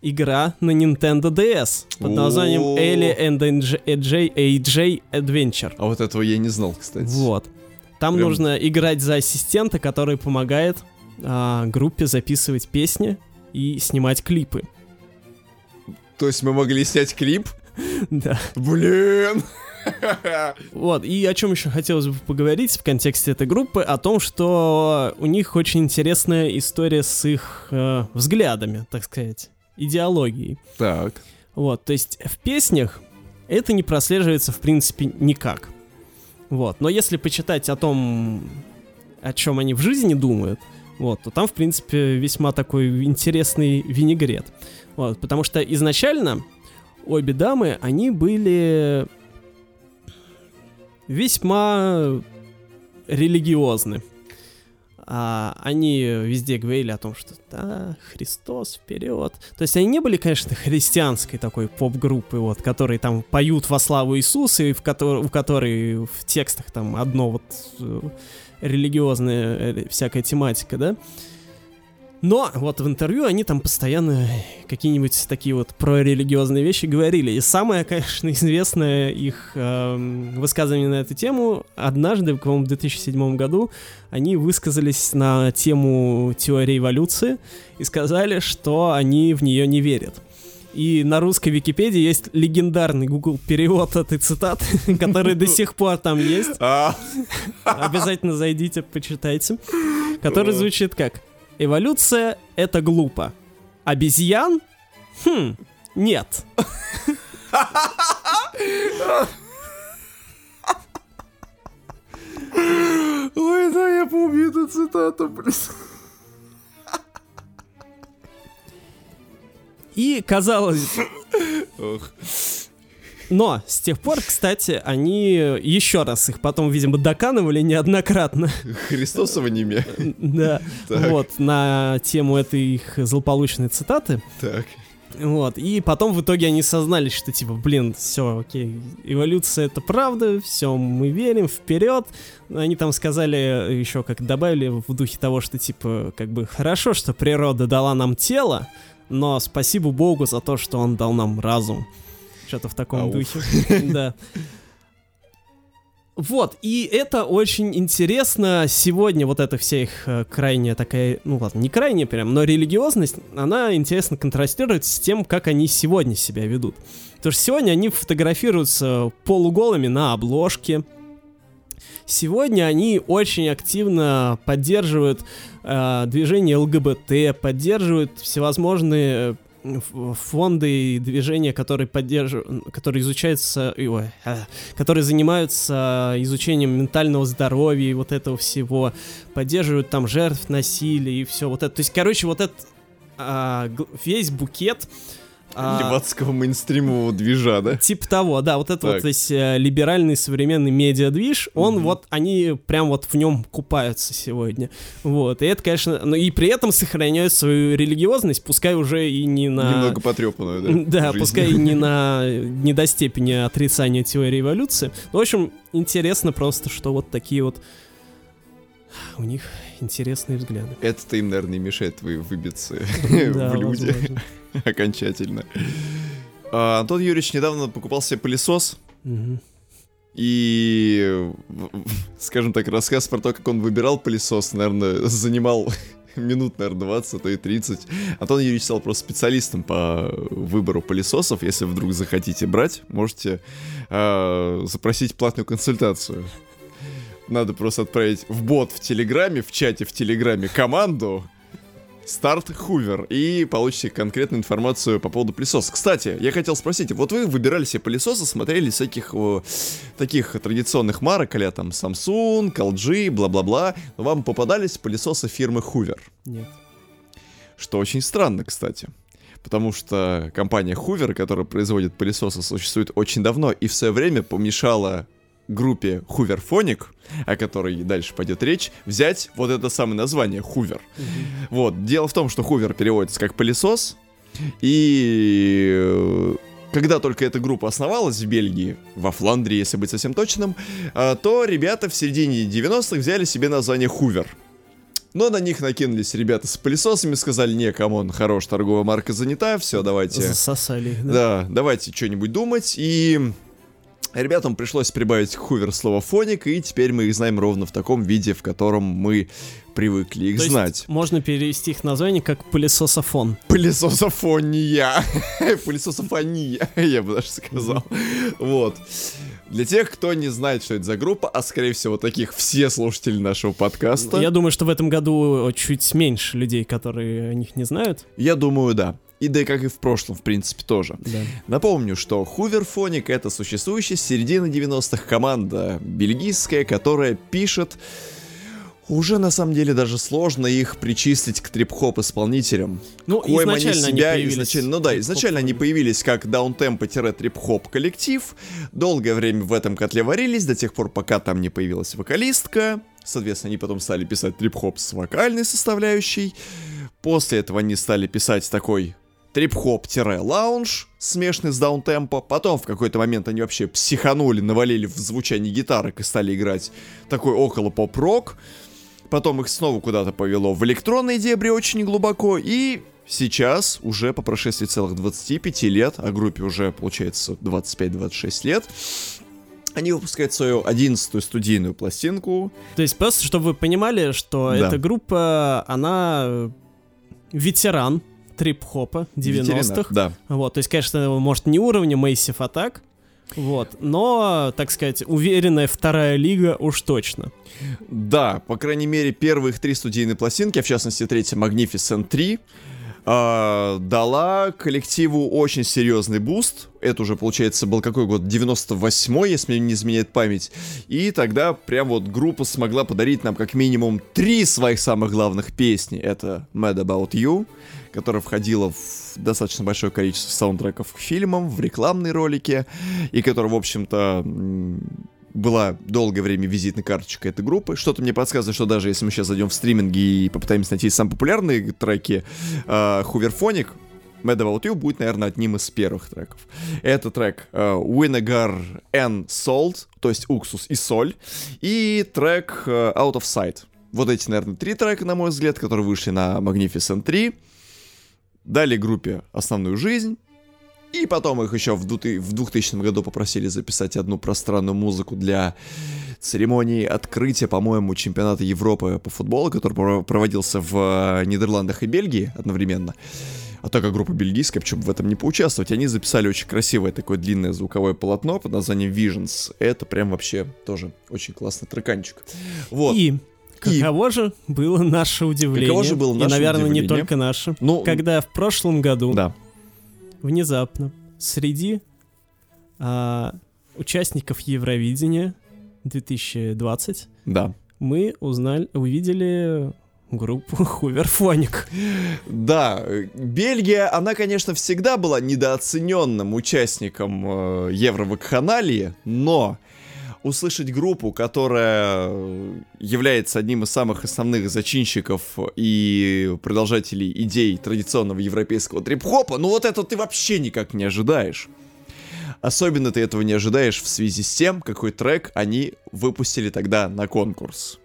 игра на Nintendo ди эс под названием Ellie and эй джей, эй джей Adventure. А вот этого я не знал, кстати. Вот. Там Прям... нужно играть за ассистента, который помогает а, группе записывать песни и снимать клипы. То есть мы могли снять клип? Да. Блин! Вот, и о чем еще хотелось бы поговорить в контексте этой группы, о том, что у них очень интересная история с их э, взглядами, так сказать, идеологией. Так. Вот, то есть в песнях это не прослеживается, в принципе, никак. Вот, но если почитать о том, о чем они в жизни думают, вот, то там, в принципе, весьма такой интересный винегрет. Вот, потому что изначально обе дамы, они были весьма религиозны. А они везде говорили о том, что да, Христос вперед. То есть они не были, конечно, христианской такой поп-группы, вот, которые там поют во славу Иисуса, и в которой, у которой в текстах там одно вот религиозная всякая тематика, да. Но вот в интервью они там постоянно какие-нибудь такие вот прорелигиозные вещи говорили. И самое, конечно, известное их э, высказывание на эту тему, однажды, по-моему, в две тысячи седьмом году, они высказались на тему теории эволюции и сказали, что они в нее не верят. И на русской Википедии есть легендарный Google перевод этой цитаты, который до сих пор там есть. Обязательно зайдите, почитайте. Который звучит как: эволюция — это глупо. Обезьян? Хм, нет. Ой, да, я помню эту цитату, блин. И казалось... Ох. Но с тех пор, кстати, они еще раз их потом, видимо, доканывали неоднократно. Христосово ниме. Да, вот, на тему этой их злополучной цитаты. Так. Вот, и потом в итоге они сознались, что типа, блин, все, окей, эволюция — это правда, все, мы верим, вперед. Они там сказали еще, как добавили в духе того, что типа, как бы, хорошо, что природа дала нам тело, но спасибо Богу за то, что он дал нам разум. Что-то в таком Ауф. духе. Да. Вот, и это очень интересно. Сегодня вот эта вся их э, крайняя такая, ну ладно, не крайняя прям, но религиозность, она интересно контрастирует с тем, как они сегодня себя ведут. Потому что сегодня они фотографируются полуголыми на обложке. Сегодня они очень активно поддерживают э, движение ЛГБТ, поддерживают всевозможные фонды и движения, которые поддерживают, которые изучаются, ой, а, которые занимаются изучением ментального здоровья и вот этого всего, поддерживают там жертв насилия и все вот это. То есть, короче, вот этот а, весь букет левацкого мейнстримового движа, да? Типа того, да, вот это так. Вот весь э, либеральный современный медиа-движ, он mm-hmm. вот, они прям вот в нем купаются сегодня, вот, и это, конечно, ну и при этом сохраняют свою религиозность, пускай уже и не на... Немного потрепанную, да? Да, пускай и не на, не до степени отрицания теории эволюции, в общем, интересно просто, что вот такие вот у них интересные взгляды. Это-то им, наверное, мешает выбиться в люди. Окончательно. А, Антон Юрьевич недавно покупал себе пылесос. Угу. И, скажем так, рассказ про то, как он выбирал пылесос, наверное, занимал минут, наверное, двадцать, а то и тридцать. Антон Юрьевич стал просто специалистом по выбору пылесосов. Если вдруг захотите брать, можете э, запросить платную консультацию. Надо просто отправить в бот в Телеграме, в чате в Телеграме команду «Старт Хувер» и получите конкретную информацию по поводу пылесоса. Кстати, я хотел спросить, вот вы выбирали себе пылесосы, смотрели всяких о, таких традиционных марок, а-ля там Samsung, эл джи, бла-бла-бла, но вам попадались пылесосы фирмы Hoover? Нет. Что очень странно, кстати. Потому что компания Hoover, которая производит пылесосы, существует очень давно и в свое время помешала группе Hooverphonic, о которой дальше пойдет речь, взять вот это самое название Hoover. Mm-hmm. Вот, дело в том, что Hoover переводится как пылесос, и когда только эта группа основалась в Бельгии, во Фландрии, если быть совсем точным, то ребята в середине девяностых взяли себе название Hoover. Но на них накинулись ребята с пылесосами, сказали, не, камон, хорош, торговая марка занята, все, давайте... Засосали их, да? Да, давайте что-нибудь думать, и... Ребятам пришлось прибавить к Hoover слово фоник, и теперь мы их знаем ровно в таком виде, в котором мы привыкли их То знать. есть можно перевести их название как пылесософон. Пылесософония. Пылесософония, я бы даже сказал. Вот. Для тех, кто не знает, что это за группа, а скорее всего таких все слушатели нашего подкаста. Я думаю, что в этом году чуть меньше людей, которые о них не знают. Я думаю, да. И да, как и в прошлом, в принципе, тоже. Да. Напомню, что Hooverphonic — это существующая с середины девяностых команда бельгийская, которая пишет... Уже, на самом деле, даже сложно их причислить к трип-хоп исполнителям. Ну, коим изначально они, себя они появились. Изначально, ну да, изначально они появились как даунтемпо-трип-хоп коллектив. Долгое время в этом котле варились, до тех пор, пока там не появилась вокалистка. Соответственно, они потом стали писать трип-хоп с вокальной составляющей. После этого они стали писать такой... трип-хоп-лаунж, смешанный с даунтемпо. Потом в какой-то момент они вообще психанули, навалили в звучание гитарок и стали играть такой около поп-рок. Потом их снова куда-то повело в электронные дебри очень глубоко. И сейчас, уже по прошествии целых двадцати пяти лет, а группе уже, получается, двадцать пять двадцать шесть лет, они выпускают свою одиннадцатую студийную пластинку. То есть просто, чтобы вы понимали, что Да. эта группа, она ветеран трип-хопа девяностых. Ветеринар, да. Вот, то есть, конечно, может, не уровня Massive Attack, вот, но, так сказать, уверенная вторая лига уж точно. Да, по крайней мере, первые их три студийные пластинки, а в частности, третья Magnificent три, э, дала коллективу очень серьезный буст. Это уже, получается, был какой год? девяносто восьмой, если мне не изменяет память. И тогда прям вот группа смогла подарить нам как минимум три своих самых главных песни. Это Mad About You, которая входила в достаточно большое количество саундтреков к фильмам, в рекламные ролики, и которая, в общем-то, была долгое время визитной карточкой этой группы. Что-то мне подсказывает, что даже если мы сейчас зайдем в стриминги и попытаемся найти самые популярные треки, uh, Hooverphonic, Mad About You будет, наверное, одним из первых треков. Это трек uh, Vinegar and Salt, то есть уксус и соль, и трек uh, Out of Sight. Вот эти, наверное, три трека, на мой взгляд, которые вышли на Magnificent три. Дали группе основную жизнь. И потом их еще в двухтысячном году попросили записать одну пространную музыку для церемонии открытия, по-моему, чемпионата Европы по футболу, который проводился в Нидерландах и Бельгии одновременно. А так как группа бельгийская, почему бы в этом не поучаствовать? Они записали очень красивое такое длинное звуковое полотно под названием Visions. Это прям вообще тоже очень классный треканчик. Вот. И каково и... же было наше удивление, каково же было наше и, наверное, удивление? не только наше, ну, когда в прошлом году да. внезапно среди а, участников Евровидения две тысячи двадцать да. мы узнали, увидели группу Hooverphonic. Да, Бельгия, она, конечно, всегда была недооцененным участником э, Евровакханалии, но услышать группу, которая является одним из самых основных зачинщиков и продолжателей идей традиционного европейского трип-хопа, ну вот это ты вообще никак не ожидаешь. Особенно ты этого не ожидаешь в связи с тем, какой трек они выпустили тогда на конкурс.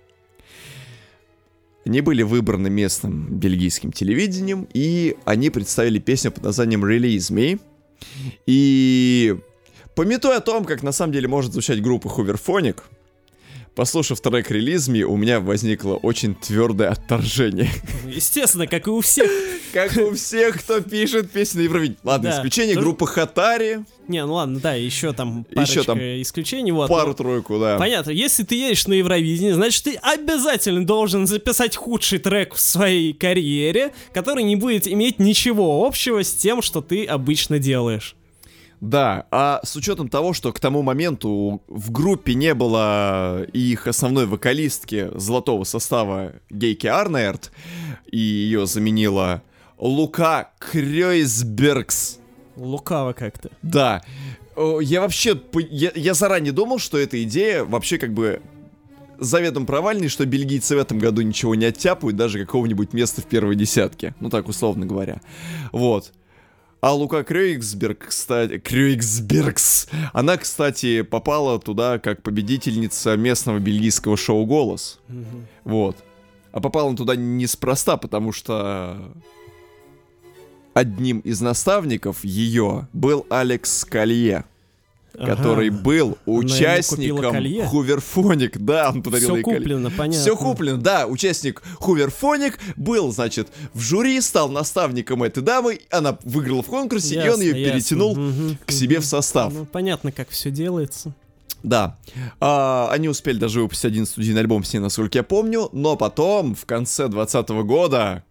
Они были выбраны местным бельгийским телевидением, и они представили песню под названием Release Me. И памятуя о том, как на самом деле может звучать группа Hooverphonic, послушав трек Release Me, у меня возникло очень твердое отторжение. Естественно, как и у всех. Как у всех, кто пишет песни на Евровидении. Ладно, да. исключение ну, группы Хатари. Не, ну ладно, да, еще там парочка еще там исключений. Вот, пару-тройку, да. Понятно, если ты едешь на Евровидение, значит, ты обязательно должен записать худший трек в своей карьере, который не будет иметь ничего общего с тем, что ты обычно делаешь. Да, а с учетом того, что к тому моменту в группе не было их основной вокалистки золотого состава Гейки Арнерт, и ее заменила Лука Крёйсбергс. Лукаво как-то. Да. Я вообще, я, я заранее думал, что эта идея вообще как бы заведомо провальной, что бельгийцы в этом году ничего не оттяпают, даже какого-нибудь места в первой десятке. Ну так, условно говоря. Вот. А Лука Крёйксберг, кстати, Крёйксбергс, она, кстати, попала туда как победительница местного бельгийского шоу «Голос». Mm-hmm. Вот. А попал он туда неспроста, потому что одним из наставников ее был Алекс Колье, ага. который был участником Hooverphonic. Да, он подарил ей колье. Все куплено, понятно. Все куплено, да. Участник Hooverphonic был, значит, в жюри, стал наставником этой дамы. Она выиграла в конкурсе, ясно, и он ее ясно. перетянул угу, к себе угу. в состав. Ну, понятно, как все делается. Да, а, они успели даже выпустить один студийный альбом с ней, насколько я помню, но потом, в конце двадцатого года,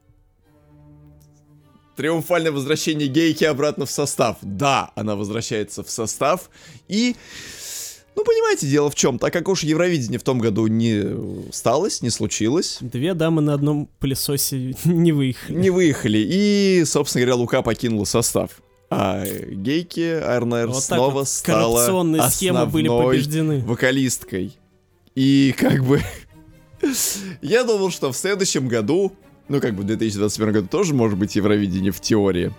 триумфальное возвращение Гейки обратно в состав. Да, она возвращается в состав, и, ну, понимаете, дело в чем, так как уж Евровидение в том году не сталось, не случилось. Две дамы на одном пылесосе не выехали. Не выехали, и, собственно говоря, Лука покинула состав. А Гейки Айрнер вот снова вот стала основной были побеждены. Вокалисткой. И как бы я думал, что в следующем году, ну как бы в две тысячи двадцать первом году тоже может быть Евровидение в теории.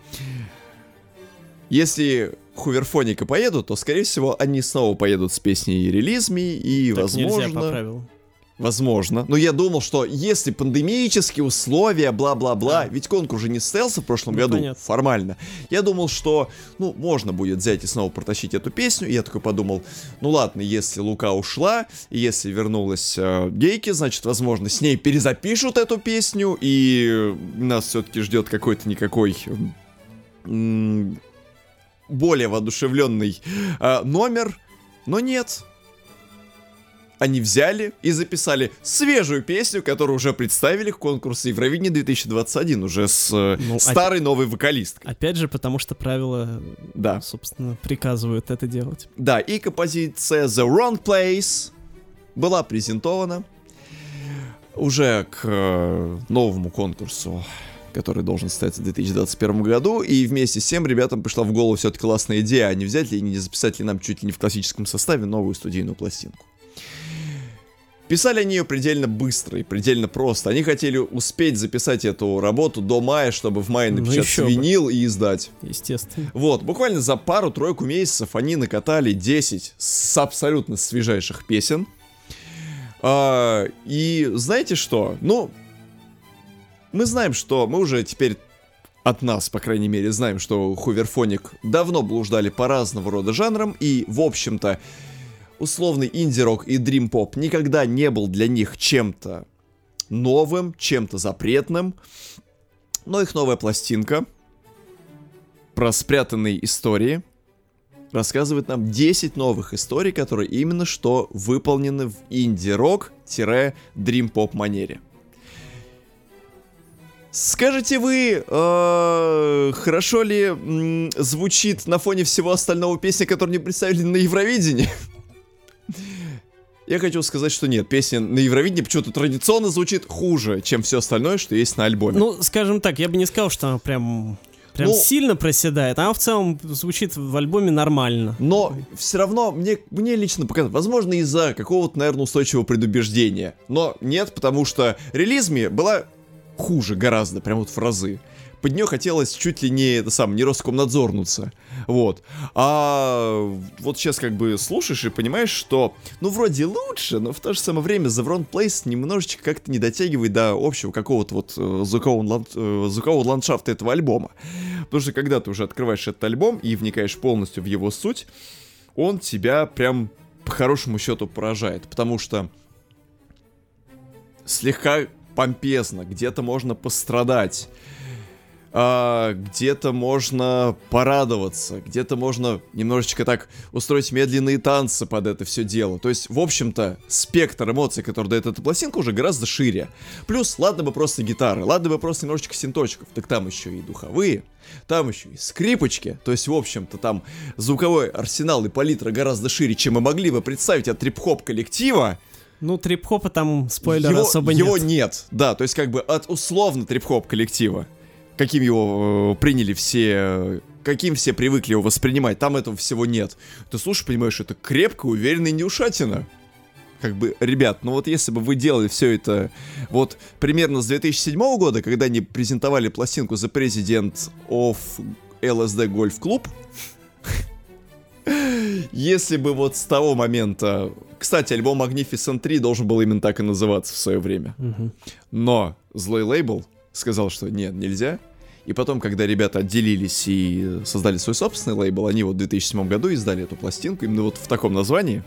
Если Hooverphonic поедут, то, скорее всего, они снова поедут с песней «Release Me», и, так возможно... нельзя по правилам. Возможно. Но я думал, что если пандемические условия, бла-бла-бла, ведь конкурс уже не состоялся в прошлом ну, году, понятно. Формально. Я думал, что, ну, можно будет взять и снова протащить эту песню. И я такой подумал, ну ладно, если Лука ушла, и если вернулась э, Гейки, значит, возможно, с ней перезапишут эту песню, и нас все-таки ждет какой-то-никакой м- более воодушевленный э, номер. Но нет. Они взяли и записали свежую песню, которую уже представили к конкурсу Евровидения две тысячи двадцать один, уже с ну, старой опять, новой вокалисткой. Опять же, потому что правила, да. собственно, приказывают это делать. Да, и композиция The Wrong Place была презентована уже к э, новому конкурсу, который должен состояться в две тысячи двадцать первом году, и вместе с тем ребятам пришла в голову все-таки классная идея, а не взять ли и не записать ли нам чуть ли не в классическом составе новую студийную пластинку. Писали они ее предельно быстро и предельно просто. Они хотели успеть записать эту работу до мая, чтобы в мае напечатать ну, винил бы. И издать. Естественно. Вот, буквально за пару-тройку месяцев они накатали десять с абсолютно свежайших песен. А, и знаете что? Ну, мы знаем, что мы уже теперь от нас, по крайней мере, знаем, что Hooverphonic давно блуждали по разного рода жанрам, и, в общем-то, условный инди-рок и дрим-поп никогда не был для них чем-то новым, чем-то запретным. Но их новая пластинка про спрятанные истории рассказывает нам десять новых историй, которые именно что выполнены в инди-рок-дрим-поп манере. Скажете вы, э, хорошо ли м, звучит на фоне всего остального песня, которую не представили на Евровидении? Я хочу сказать, что нет, песня на Евровидении почему-то традиционно звучит хуже, чем все остальное, что есть на альбоме. Ну, скажем так, я бы не сказал, что она прям, прям ну, сильно проседает, она в целом звучит в альбоме нормально. Но все равно мне, мне лично показалось, возможно, из-за какого-то, наверное, устойчивого предубеждения. Но нет, потому что «Release Me» была хуже гораздо, прям вот в разы. Под нее хотелось чуть ли не, это сам, не Роскомнадзорнуться. Вот. А вот сейчас как бы слушаешь и понимаешь, что, ну, вроде лучше, но в то же самое время The Wrong Place немножечко как-то не дотягивает до общего какого-то вот звукового, ланд... звукового ландшафта этого альбома. Потому что когда ты уже открываешь этот альбом и вникаешь полностью в его суть, он тебя прям по хорошему счету поражает. Потому что слегка помпезно, где-то можно пострадать. А, где-то можно порадоваться, где-то можно немножечко так устроить медленные танцы под это все дело. То есть, в общем-то, спектр эмоций, который дает эта пластинка, уже гораздо шире. Плюс, ладно бы просто гитары, ладно бы просто немножечко синточков, так там еще и духовые, там еще и скрипочки. То есть, в общем-то, там звуковой арсенал и палитра гораздо шире, чем мы могли бы представить от трип-хоп коллектива. Ну, трип-хопа там, спойлер, его, особо его нет. Его нет, да, то есть как бы от условно трип-хоп коллектива, каким его э, приняли все, каким все привыкли его воспринимать, там этого всего нет. Ты слушаешь, понимаешь, это крепко, уверенно и неушатина. Как бы, ребят, ну вот если бы вы делали все это вот примерно с две тысячи седьмого года, когда они презентовали пластинку The President of эл эс ди Golf Club, если бы вот с того момента Кстати, альбом Magnificent три должен был именно так и называться в свое время. Угу. Но злой лейбл сказал, что нет, нельзя. И потом, когда ребята отделились и создали свой собственный лейбл, они вот в две тысячи седьмом году издали эту пластинку именно вот в таком названии.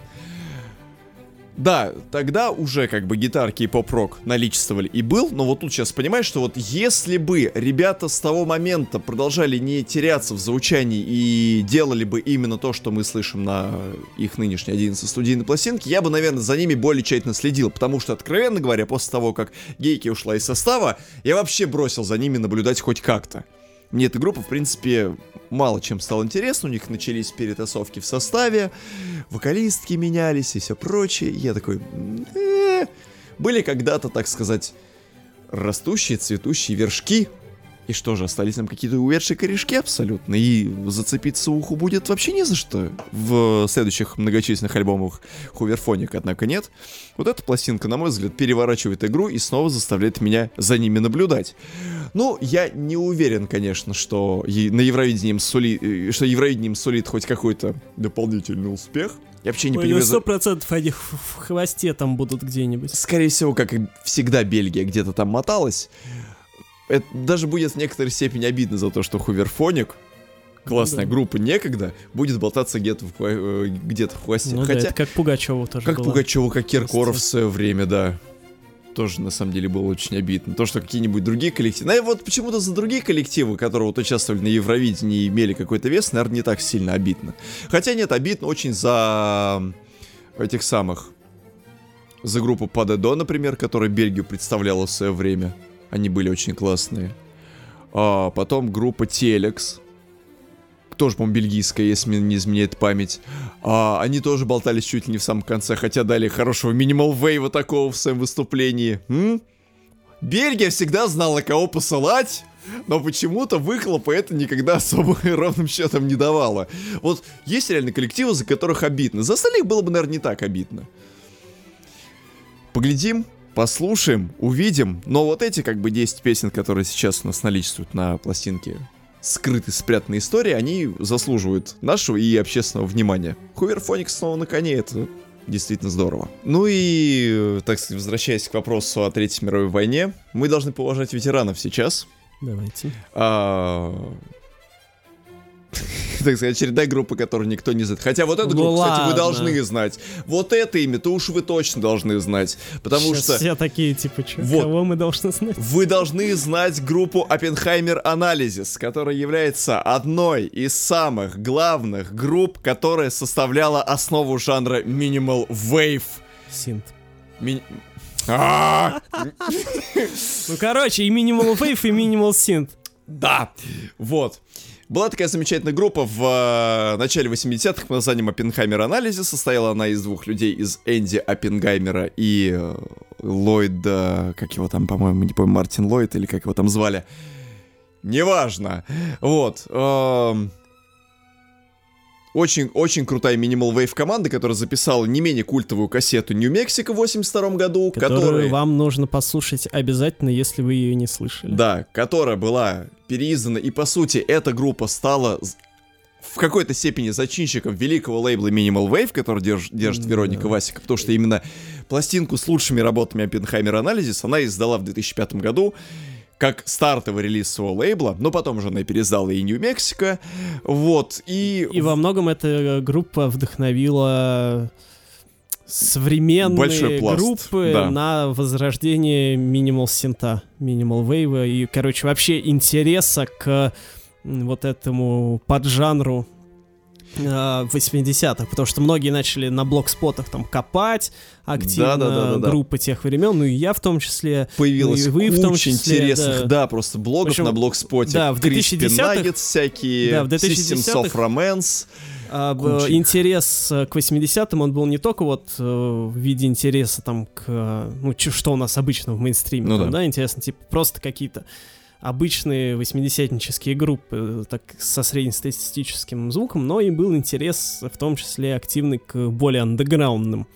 Да, тогда уже как бы гитарки и поп-рок наличествовали и был, но вот тут сейчас понимаешь, что вот если бы ребята с того момента продолжали не теряться в звучании и делали бы именно то, что мы слышим на их нынешней одиннадцатой студийной пластинке, я бы, наверное, за ними более тщательно следил, потому что, откровенно говоря, после того, как Гейки ушла из состава, я вообще бросил за ними наблюдать хоть как-то. Мне эта группа, в принципе, мало чем стала интересна. У них начались перетасовки в составе, вокалистки менялись и все прочее. Я такой... Э-э-э. Были когда-то, так сказать, растущие, цветущие вершки. И что же, остались нам какие-то увядшие корешки абсолютно. И зацепиться уху будет вообще не за что в следующих многочисленных альбомах Hooverphonic, однако нет. Вот эта пластинка, на мой взгляд, переворачивает игру и снова заставляет меня за ними наблюдать. Ну, я не уверен, конечно, что на Евровидении им сули... что Евровидение им сулит хоть какой-то дополнительный успех. Я вообще не Ой, понимаю... сто процентов они в хвосте там будут где-нибудь. Скорее всего, как и всегда, Бельгия где-то там моталась. Это даже будет в некоторой степени обидно за то, что Hooverphonic, классная ну, да. группа некогда, будет болтаться где-то в, где-то в хвосте. Ну Хотя, да, это как Пугачёва тоже Как была. Пугачёва, как Киркоров в свое время, да. Тоже, на самом деле, было очень обидно. То, что какие-нибудь другие коллективы... Ну, вот почему-то за другие коллективы, которые вот участвовали на Евровидении и имели какой-то вес, наверное, не так сильно обидно. Хотя нет, обидно очень за этих самых... За группу Падедо, например, которая Бельгию представляла в свое время. Они были очень классные. А потом группа Телекс. Тоже, по-моему, бельгийская, если мне не изменяет память. А, они тоже болтались чуть ли не в самом конце, хотя дали хорошего минимал-вейва такого в своем выступлении. М? Бельгия всегда знала, кого посылать, но почему-то выхлопа это никогда особо ровным счетом не давало. Вот есть реально коллективы, за которых обидно. За остальных было бы, наверное, не так обидно. Поглядим. Послушаем, увидим, но вот эти как бы десять песен, которые сейчас у нас наличествуют на пластинке скрытые, спрятанные истории, они заслуживают нашего и общественного внимания. Hooverphonic снова на коне, это действительно здорово. Ну и, так сказать, возвращаясь к вопросу о Третьей мировой войне, мы должны поважать ветеранов сейчас. Давайте. А... Так сказать, очередная группа, которую никто не знает. Хотя вот эту ну группу, ладно. кстати, вы должны знать. Вот это имя-то уж вы точно должны знать. Потому Сейчас что... все такие, типа, чё, вот. Кого мы должны знать? Вы должны знать группу Oppenheimer Analysis, которая является одной из самых главных групп, которая составляла основу жанра Minimal Wave. Синт. Ми... Ну, короче, и Minimal Wave, и Minimal Synth. Да, вот. Была такая замечательная группа в э, начале восьмидесятых под названием Oppenheimer Analysis. Состояла она из двух людей, из Энди Оппенгаймера и э, Ллойда, как его там, по-моему, не помню, Мартин Ллойд или как его там звали. Неважно. Вот. Э, очень, очень крутая Minimal Wave команда, которая записала не менее культовую кассету New Mexico в восемьдесят втором году. Которую которая... вам нужно послушать обязательно, если вы ее не слышали. Да, которая была переиздана, и по сути эта группа стала в какой-то степени зачинщиком великого лейбла Minimal Wave, который держ, держит Вероника Васика, потому что именно пластинку с лучшими работами Oppenheimer Analysis она издала в две тысячи пятом году как стартовый релиз своего лейбла, но потом уже она переиздала и New Mexico, вот, и... И во многом эта группа вдохновила современные группы да. на возрождение Minimal Synth, Minimal Wave и, короче, вообще интереса к вот этому поджанру э, восьмидесятых, потому что многие начали на блогспотах там копать активно да, да, да, да, группы да. тех времен, ну и я в том числе. Появилась ну, и вы куча в том числе, интересных, да. да. да, просто блогов в общем, на блогспоте. Да, в две тысячи десятых всякие, да, в Systems of Romance. А, интерес к восьмидесятым, он был не только вот э, в виде интереса там к, ну, ч- что у нас обычно в мейнстриме, ну, там, да. да, интересно, типа просто какие-то обычные восьмидесятнические группы, так, со среднестатистическим звуком, но и был интерес в том числе активный к более андеграундным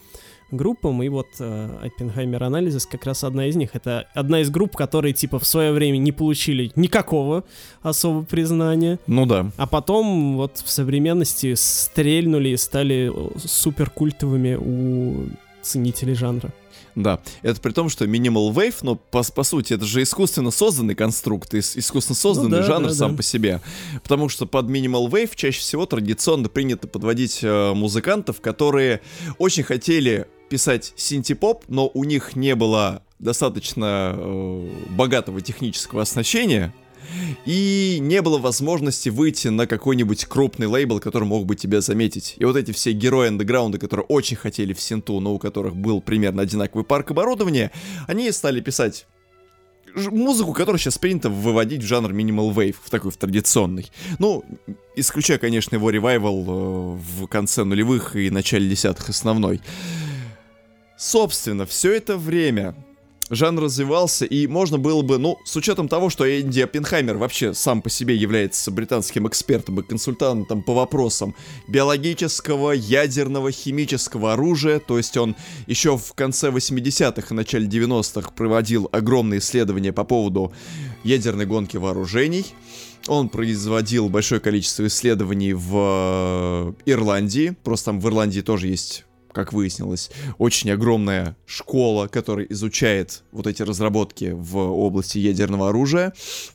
группам, и вот э, Oppenheimer Analysis как раз одна из них. Это одна из групп, которые, типа, в свое время не получили никакого особого признания. Ну да. А потом вот в современности стрельнули и стали суперкультовыми у ценителей жанра. Да, это при том, что Minimal Wave, ну, по, по сути, это же искусственно созданный конструкт, ис- искусственно созданный ну, да, жанр да, сам да. по себе. Потому что под Minimal Wave чаще всего традиционно принято подводить э, музыкантов, которые очень хотели писать синти-поп, но у них не было достаточно э, богатого технического оснащения, и не было возможности выйти на какой-нибудь крупный лейбл, который мог бы тебя заметить. И вот эти все герои андеграунда, которые очень хотели в синту, но у которых был примерно одинаковый парк оборудования, они стали писать музыку, которую сейчас принято выводить в жанр Minimal Wave, в такой, в традиционный. Ну, исключая, конечно, его ревайвал э, в конце нулевых и начале десятых основной. Собственно, все это время жанр развивался, и можно было бы, ну, с учетом того, что Энди Оппенхаймер вообще сам по себе является британским экспертом и консультантом по вопросам биологического, ядерного, химического оружия, то есть он еще в конце восьмидесятых и начале девяностых проводил огромные исследования по поводу ядерной гонки вооружений. Он производил большое количество исследований в Ирландии, просто там в Ирландии тоже есть, как выяснилось, очень огромная школа, которая изучает вот эти разработки в области ядерного оружия.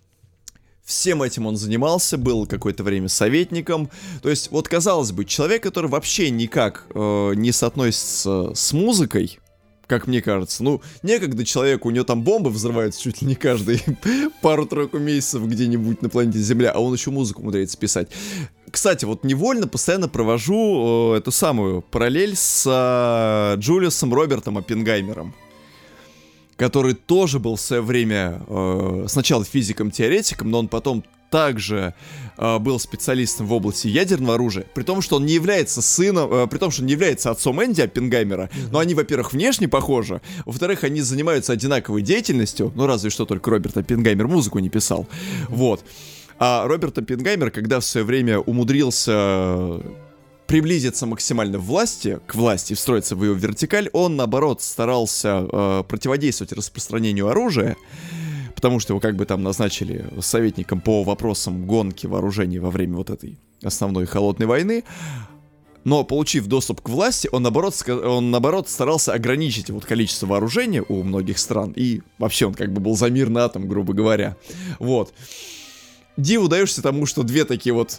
Всем этим он занимался, был какое-то время советником. То есть, вот, казалось бы, человек, который вообще никак э, не соотносится с музыкой, как мне кажется. Ну, некогда человеку, у него там бомбы взрываются чуть ли не каждые пару-тройку месяцев где-нибудь на планете Земля, а он еще музыку умудряется писать. Кстати, вот невольно постоянно провожу э, эту самую параллель с э, Джулиусом Робертом Оппенгаймером, который тоже был в свое время э, сначала физиком-теоретиком, но он потом также э, был специалистом в области ядерного оружия, при том, что он не является сыном, э, при том, что он не является отцом Энди Оппенгаймера, mm-hmm. но они, во-первых, внешне похожи, во-вторых, они занимаются одинаковой деятельностью, ну разве что только Роберт Оппенгаймер музыку не писал, mm-hmm. вот. А Роберт Оппенгаймер, когда в свое время умудрился приблизиться максимально к власти, к власти, встроиться в ее вертикаль, он, наоборот, старался э, противодействовать распространению оружия, потому что его как бы там назначили советником по вопросам гонки вооружений во время вот этой основной холодной войны. Но, получив доступ к власти, он наоборот, он, наоборот, старался ограничить вот количество вооружения у многих стран, и вообще он как бы был за мирный атом, грубо говоря. Вот. Диву даешься тому, что две такие вот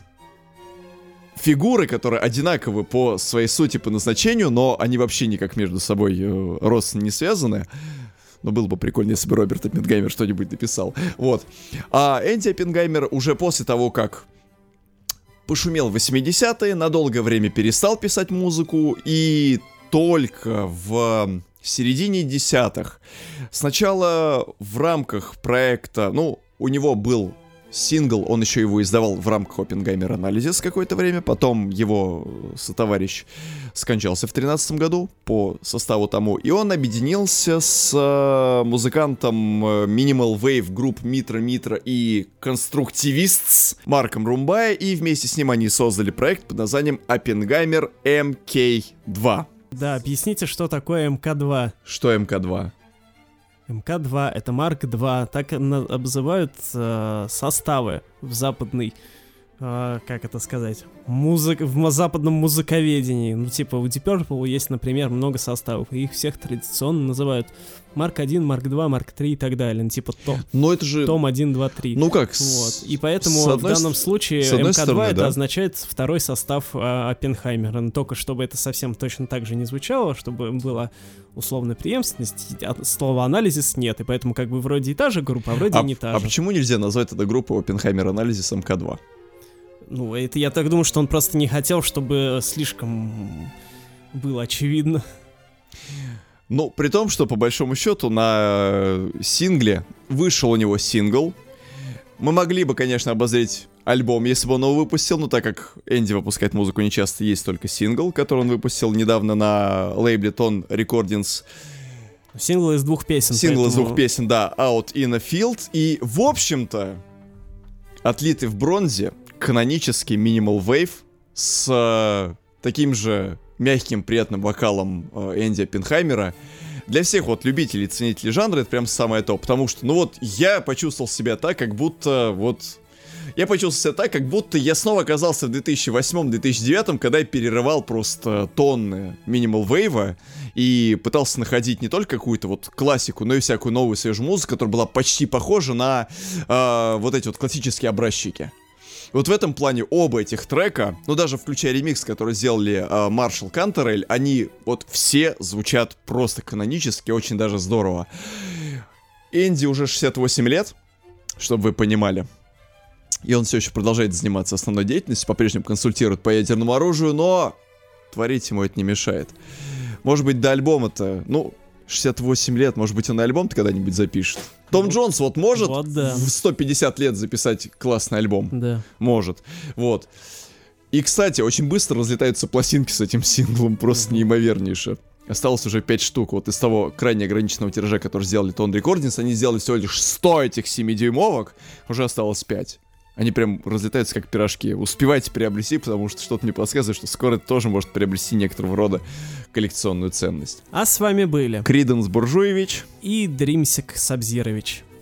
фигуры, которые одинаковы по своей сути, по назначению, но они вообще никак между собой э, родственно не связаны. Но было бы прикольно, если бы Роберт Оппенгаймер что-нибудь написал. Вот. А Энди Оппенгаймер уже после того, как пошумел в восьмидесятые, на долгое время перестал писать музыку, и только в середине десятых сначала в рамках проекта, ну, у него был сингл, он еще его издавал в рамках Oppenheimer Analysis какое-то время, потом его сотоварищ скончался в тринадцатом году по составу тому, и он объединился с музыкантом Minimal Wave групп Mitra Mitra и Constructivists Марком Румбая, и вместе с ним они создали проект под названием Oppenheimer эм кей два. Да, объясните, что такое эм ка два. Что эм ка два? эм ка два — это Марк два, так на- обзывают э, составы в западной, э, как это сказать, музык... в западном музыковедении. Ну, типа, у Deep Purple есть, например, много составов, и их всех традиционно называют Марк один, Марк два, Марк три и так далее. Ну, типа, том. Ну, это же... Том один, два, три. Ну как? Вот. И поэтому с в одной данном с... случае с одной эм ка два стороны, это да. означает второй состав э, Оппенхаймера. Но только чтобы это совсем точно так же не звучало, чтобы была условная преемственность, слова анализис нет, и поэтому как бы вроде и та же группа, а вроде а, и не та а же. А почему нельзя назвать эту группу Oppenheimer Analysis эм ка два? Ну, это я так думаю, что он просто не хотел, чтобы слишком было очевидно. Ну, при том, что по большому счету на сингле вышел у него сингл. Мы могли бы, конечно, обозреть альбом, если бы он его выпустил, но так как Энди выпускает музыку нечасто, есть только сингл, который он выпустил недавно на лейбле Tone Recordings. Сингл из двух песен. Сингл поэтому... из двух песен, да, Out in a Field. И, в общем-то, отлитый в бронзе канонический Minimal Wave с э, таким же мягким, приятным вокалом э, Энди Оппенхаймера. Для всех вот любителей, ценителей жанра это прям самое то, потому что, ну вот, я почувствовал себя так, как будто вот... Я почувствовал себя так, как будто я снова оказался в две тысячи восьмом - две тысячи девятом, когда я перерывал просто тонны минимал вейва и пытался находить не только какую-то вот классику, но и всякую новую свежую музыку, которая была почти похожа на э, вот эти вот классические образчики. Вот в этом плане оба этих трека, ну даже включая ремикс, который сделали э, Маршалл Кантерель, они вот все звучат просто канонически, очень даже здорово. Энди уже шестьдесят восемь лет, чтобы вы понимали. И он все еще продолжает заниматься основной деятельностью, по-прежнему консультирует по ядерному оружию, но творить ему это не мешает. Может быть, до альбома-то, ну, шестьдесят восемь лет, может быть, он и альбом-то когда-нибудь запишет. Том Джонс вот может вот, да. в сто пятьдесят лет записать классный альбом? Да. Может. Вот. И, кстати, очень быстро разлетаются пластинки с этим синглом, просто mm-hmm. неимовернейше. Осталось уже пять штук. Вот из того крайне ограниченного тиража, который сделали Tone Recordings, они сделали всего лишь сто этих семидюймовок, уже осталось пять. Они прям разлетаются как пирожки. Успевайте приобрести, потому что что-то мне подсказывает, что скоро это тоже может приобрести некоторого рода коллекционную ценность. А с вами были Криденс Буржуевич и Дримсик Сабзирович.